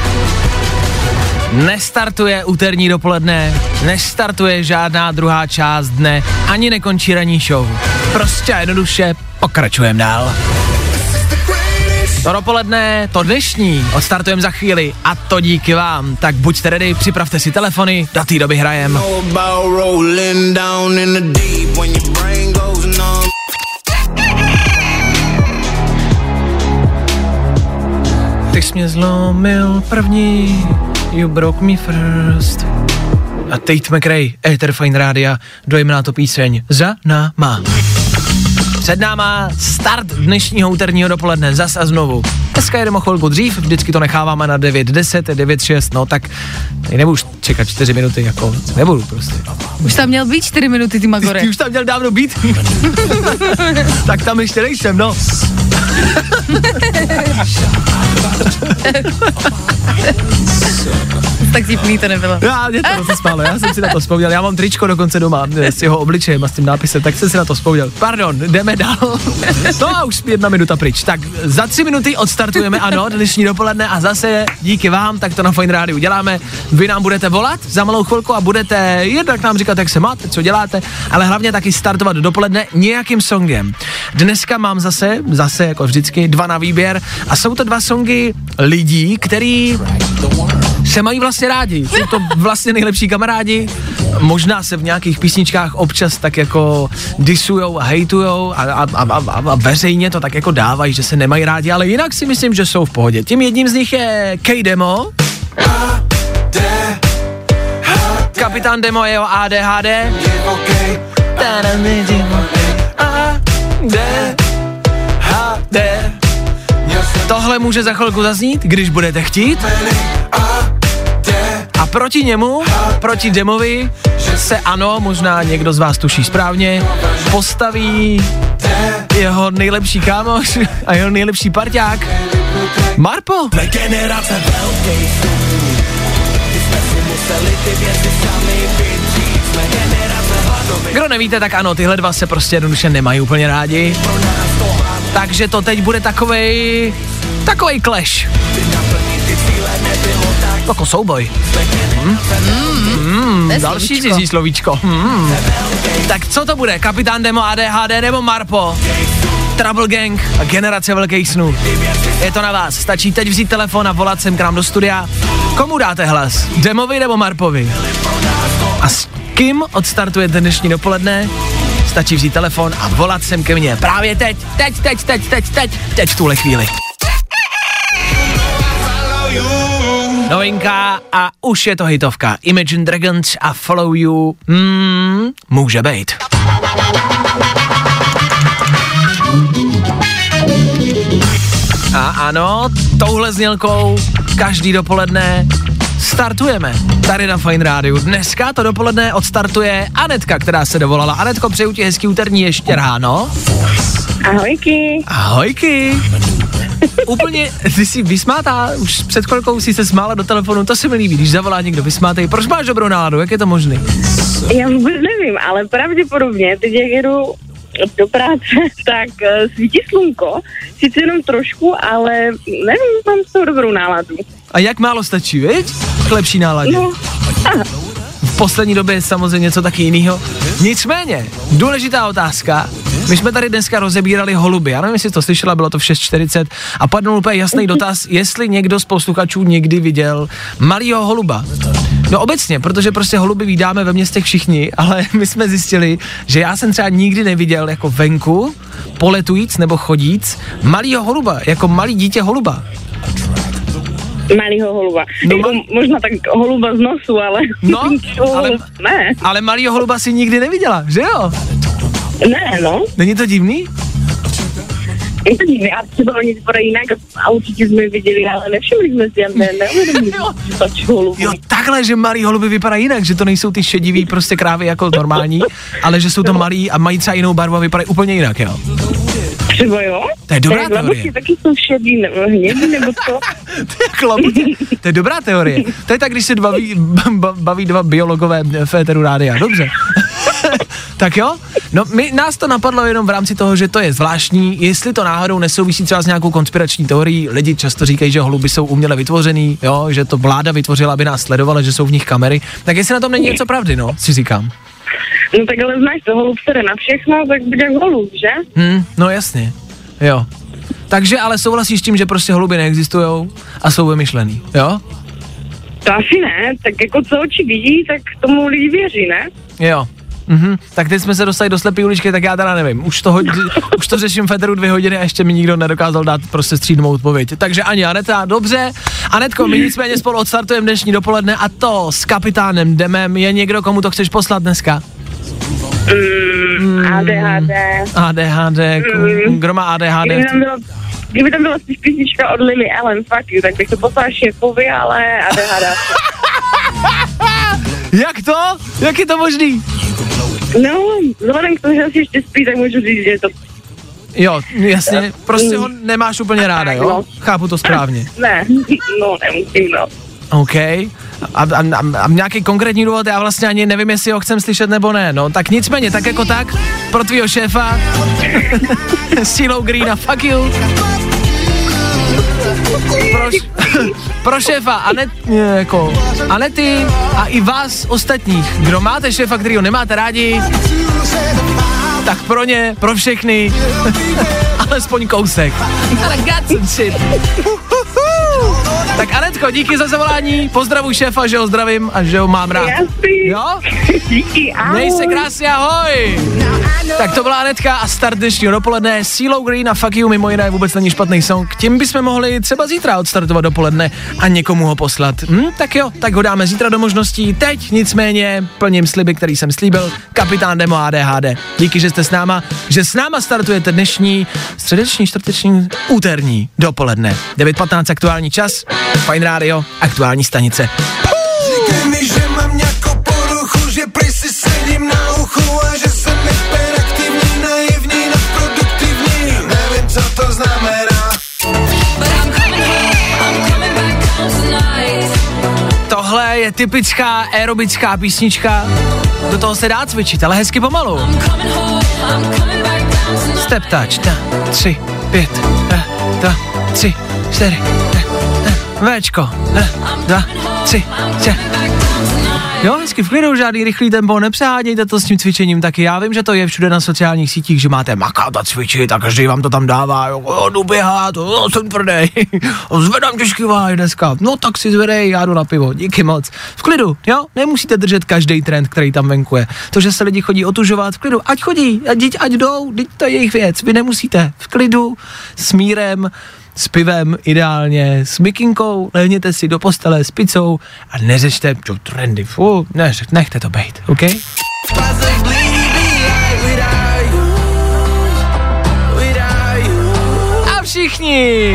Nestartuje úterní dopoledne, nestartuje žádná druhá část dne, ani nekončí ranní show. Prostě jednoduše pokračujeme dál. To dopoledne, to dnešní, odstartujeme za chvíli a to díky vám. Tak buďte ready, připravte si telefony, do té doby hrajem. Ty jsi mě zlomil první, you broke me first. a Tate McRae, Éter Fajn rádia, dojmená to píseň Za náma. Před náma start dnešního úterního dopoledne, zas a znovu. Dneska jedeme chvilku dřív, vždycky to necháváme na 9:10, 9:06, no tak nebudu čekat 4 minuty, jako nebudu prostě. Už tam měl být 4 minuty, ty Magore. Ty už tam měl dávno být. Tak tam ještě nejsem, no. Tak tipný to nebylo. Mě to se smálo, já jsem si na to vzpomněl, já mám tričko dokonce doma s jeho obličejem a s tím nápisem, tak jsem si na to vzpomněl. Pardon, jdeme dál. No a už 1 minuta pryč. Tak za 3 minuty odstartujeme, ano, dnešní dopoledne a zase díky vám, tak to na Fajn rádiu uděláme. Vy nám budete volat za malou chvilku a budete jednak nám říkat, jak se máte, co děláte, ale hlavně taky startovat dopoledne nějakým songem. Dneska mám zase jako vždycky 2 na výběr a jsou to 2 songy lidí, který se mají vlastně rádi. Jsou to vlastně nejlepší kamarádi. Možná se v nějakých písničkách občas tak jako disujou a hejtujou a veřejně to tak jako dávají, že se nemají rádi, ale jinak si myslím, že jsou v pohodě. Tím jedním z nich je K-Demo. Kapitán Demo, jeho ADHD. Tohle může za chvilku zaznít, když budete chtít. A proti němu, proti Demovi, se ano, možná někdo z vás tuší správně, postaví jeho nejlepší kámoš a jeho nejlepší parťák, Marpo. Kdo nevíte, tak ano, tyhle dva se prostě jednoduše nemají úplně rádi. Takže to teď bude takovej clash. Jako souboj. Další cizí slovíčko. Tak co to bude? Kapitán Demo, ADHD nebo Marpo? Trouble Gang a generace velkých snů. Je to na vás. Stačí teď vzít telefon a volat sem k nám do studia. Komu dáte hlas? Demovi nebo Marpovi? A s kým odstartujete dnešní dopoledne? Stačí vzít telefon a volat sem ke mně. Právě teď v tuhle chvíli. Novinka a už je to hitovka. Imagine Dragons a Follow You. Může být. A ano, touhle znělkou každý dopoledne startujeme tady na Fajn rádiu. Dneska to dopoledne odstartuje Anetka, která se dovolala. Anetko, přeju ti hezký úterní ještě ráno. Ahojky. Ahojky. Úplně, ty jsi vysmátá, už před chvilkou si se smála do telefonu, to se mi líbí, když zavolá někdo vysmátej. Proč máš dobrou náladu, jak je to možný? Já vůbec nevím, ale pravděpodobně, teď jak jedu do práce, tak svítí slunko, sice jenom trošku, ale nevím, mám s tou dobrou náladu. A jak málo stačí, viď? K lepší náladě. No, v poslední době je samozřejmě něco taky jinýho. Nicméně, důležitá otázka. My jsme tady dneska rozebírali holuby. Já nevím, jestli to slyšela, bylo to v 6:40 a padnul úplně jasný dotaz, jestli někdo z posluchačů někdy viděl malýho holuba. No obecně, protože prostě holuby vídáme ve městech všichni, ale my jsme zjistili, že já jsem třeba nikdy neviděl jako venku, poletujíc nebo chodíc, malýho holuba, jako malý dítě holuba. Malýho holuba. No, možná tak holuba z nosu, ale... No, ne. Ale malýho holuba si nikdy neviděla, že jo? Ne, no. Není to divný? Je to divný, a třeba oni vypadají jinak a určitě jsme viděli, ale nevšimli jsme si, neuvědomili, že stačí holuby. Jo, takhle, že malý holuby vypadají jinak, že to nejsou ty šedivý prostě krávy jako normální, ale že jsou to malí a mají třeba jinou barvu a vypadají úplně jinak, jo? Třeba jo? To je dobrá teorie. Taky jsou šedý nebo hnědý nebo co? To je dobrá teorie. To je tak, když se baví dva biologové v éteru rádia. Dobře. Tak jo? No, nás to napadlo jenom v rámci toho, že to je zvláštní, jestli to náhodou nesouvisí třeba s nějakou konspirační teorií. Lidi často říkají, že holuby jsou uměle vytvořený, jo, že to vláda vytvořila, aby nás sledovala, že jsou v nich kamery. Tak jestli na tom není něco pravdy, no, si říkám. No tak ale znáš to, holub se jde na všechno, tak bude jak holub, že? No jasně, jo. Takže ale souhlasíš s tím, že prostě holuby neexistujou a jsou vymyšlený, jo? To asi ne, tak jako co oči vidí, tak tomu lidi věří, ne? Jo. Tak teď jsme se dostali do slepý uličky, tak já teda nevím. Už to řeším v éteru 2 hodiny a ještě mi nikdo nedokázal dát prostě střídmou odpověď. Takže ani Aneta, dobře. Anetko, my nicméně spolu odstartujeme dnešní dopoledne a to s kapitánem Demem. Je někdo, komu to chceš poslat dneska? ADHD. Kdo má ADHD? Kdyby tam byla spíš písnička od Lily Allen, fuck you, tak bych to poslala šéfovi, ale ADHD. Jak to? Jak je to možný? No, vzhledem k tomu, že asi ještě spí, tak můžu říct, že je to... Jo, jasně, prostě ho nemáš úplně ráda, jo? No. Chápu to správně. Ne, nemusím, no. OK. A nějaký konkrétní důvod, já vlastně ani nevím, jestli ho chcem slyšet nebo ne, no. Tak nicméně, tak jako tak, pro tvýho šéfa, CeeLo Greena, fuck you. Pro šéfa Anety a i vás ostatních, kdo máte šéfa, kterýho nemáte rádi, tak pro ně, pro všechny, alespoň kousek. Tak Anetko, díky za zavolání, pozdravuj šéfa, že ho zdravím a že ho mám rád. Jo? Díky, ahoj. Měj se krásně, ahoj. Tak to byla Anetka a start dnešního dopoledne. CeeLo Green a Fuck You mimo jiné vůbec není špatný song. Tím bychom mohli třeba zítra odstartovat dopoledne a někomu ho poslat. Tak jo, tak ho dáme zítra do možností. Teď nicméně plním sliby, který jsem slíbil. Kapitán Demo ADHD. Díky, že jste s náma, že s náma startujete dnešní středeční, čtvrteční, úterní dopoledne. 9:15 aktuální čas. Fajn rádio, aktuální stanice. Říkaj mi, že mám nějakou poruchu, že prý si sedím na uchu a že jsem hyperaktivní, naivní, nadproduktivní. Nevím, co to znamená. Tohle je typická aerobická písnička. Do toho se dá cvičit, ale hezky pomalu. Step touch, 3, 5, 3, 4, Včko, 2, 3, 4. Jo, hezky v klidu, žádný rychlý tempo, nepřehádějte to s tím cvičením taky. Já vím, že to je všude na sociálních sítích, že máte makat a cvičit a každý vám to tam dává, jo, jdu běhat, jsem tvrdý, zvedám těžký váhy dneska, no tak si zvedej, já jdu na pivo, díky moc. V klidu, jo, nemusíte držet každý trend, který tam venku je. To, že se lidi chodí otužovat, v klidu, ať chodí, ať jdou, to je jejich věc, vy nemusíte, v klidu, s mírem, s pivem ideálně, s mikinkou, lehněte si do postele s pizzou a neřešte trendy, nechte to bejt, OK? A všichni!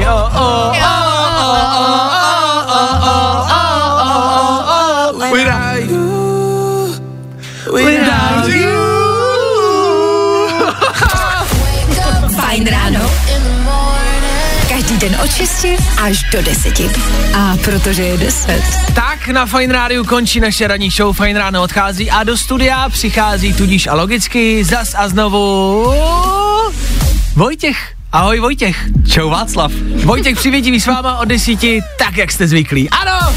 Fajn ráno. Každý den od 6 až do 10. A protože je 10. Tak na Fajn rádiu končí naše ranní show, Fajn ráno odchází a do studia přichází tudíž a logicky zas a znovu Vojtěch. Ahoj Vojtěch. Čau Václav. Vojtěch přivětivý s váma od 10, tak jak jste zvyklí. Ano!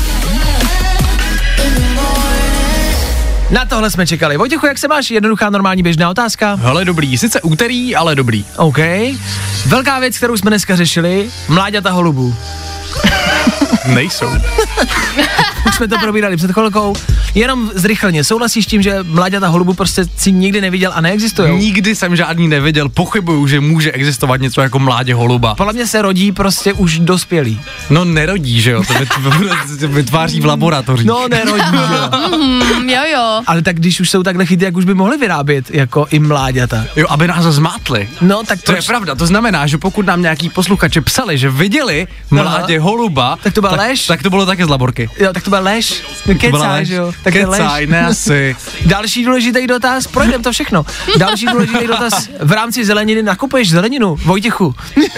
Na tohle jsme čekali. Vojtěchu, jak se máš? Jednoduchá, normální, běžná otázka. Hele, dobrý. Sice úterý, ale dobrý. OK. Velká věc, kterou jsme dneska řešili, mláďata holubů. Nejsou. Už jsme to probírali před chvilkou. Jenom zrychleně, souhlasíš tím, že mláďata holubu prostě si nikdy neviděl a neexistujou? Nikdy jsem žádný neviděl, pochybuju, že může existovat něco jako mládě holuba. Podle mě se rodí prostě už dospělí. No nerodí, že jo, to vytváří v laboratoři. No nerodí, že jo. Jo. Ale tak když už jsou takhle chytrý, jak už by mohli vyrábět jako i mláďata. Jo, aby nás zmátli. No tak to je pravda, to znamená, že pokud nám nějaký posluchači psali, že viděli mládě holuba, tak to byla lež. Tak to bylo také z laborky. Jo, tak to byla lež. Kecáš, jo. Tak kecaj, ne asi. Další důležitý dotaz, projdem to všechno. Další důležitý dotaz, v rámci zeleniny nakupuješ zeleninu, Vojtěchu?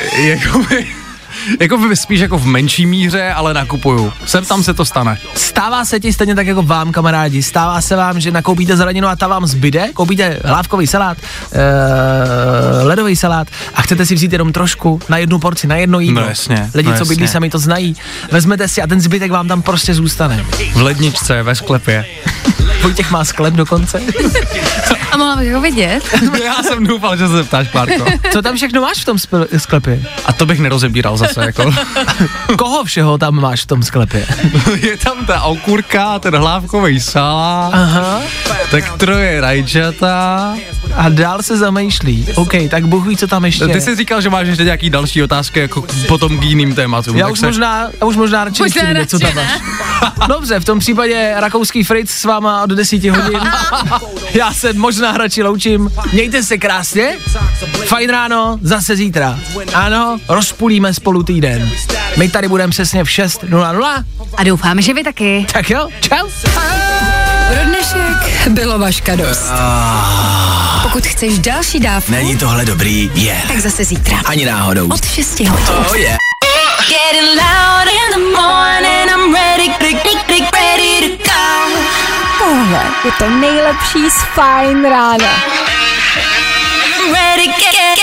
Jako spíš jako v menší míře, ale nakupuju. Sem tam se to stane. Stává se ti stejně tak jako vám, kamarádi, stává se vám, že nakoupíte zeleninu a ta vám zbyde? Koupíte hlávkový salát, ledový salát a chcete si vzít jenom trošku na jednu porci, na jedno jídlo. No jasně. Lidi, co bydlí sami, to znají. Vezmete si a ten zbytek vám tam prostě zůstane. V ledničce, ve sklepě. Vojtěch má sklep dokonce. A mohla bych ho vidět? Já jsem doufal, že se zeptáš, Klárko. Co tam všechno máš v tom sklepě? A to bych nerozebíral zase, jako. Koho všeho tam máš v tom sklepě? Je tam ta okurka, ten hlávkový salát, tak troje rajčata. A dál se zamýšlí. OK, tak Bůh ví, co tam ještě. Ty jsi říkal, že máš ještě nějaký další otázky, jako potom k jiným tématům. Já už možná radši nechci, co tam máš. Dobře, v tom případě rakouský Fritz s váma od 10 hodin. Já se možná radši loučím. Mějte se krásně. Fajn ráno, zase zítra. Ano, rozpůlíme spolu týden. My tady budeme přesně v 6:00. A doufáme, že vy taky. Tak jo, čau. Pro dnešek bylo Vaška dost. Pokud chceš další dávku, není tohle dobrý, tak zase zítra. Ani náhodou. Od 6 hodin. Oh yeah. Getting loud in the morning, I'm ready to go. Tohle je to nejlepší z Fajn rána. Ready, get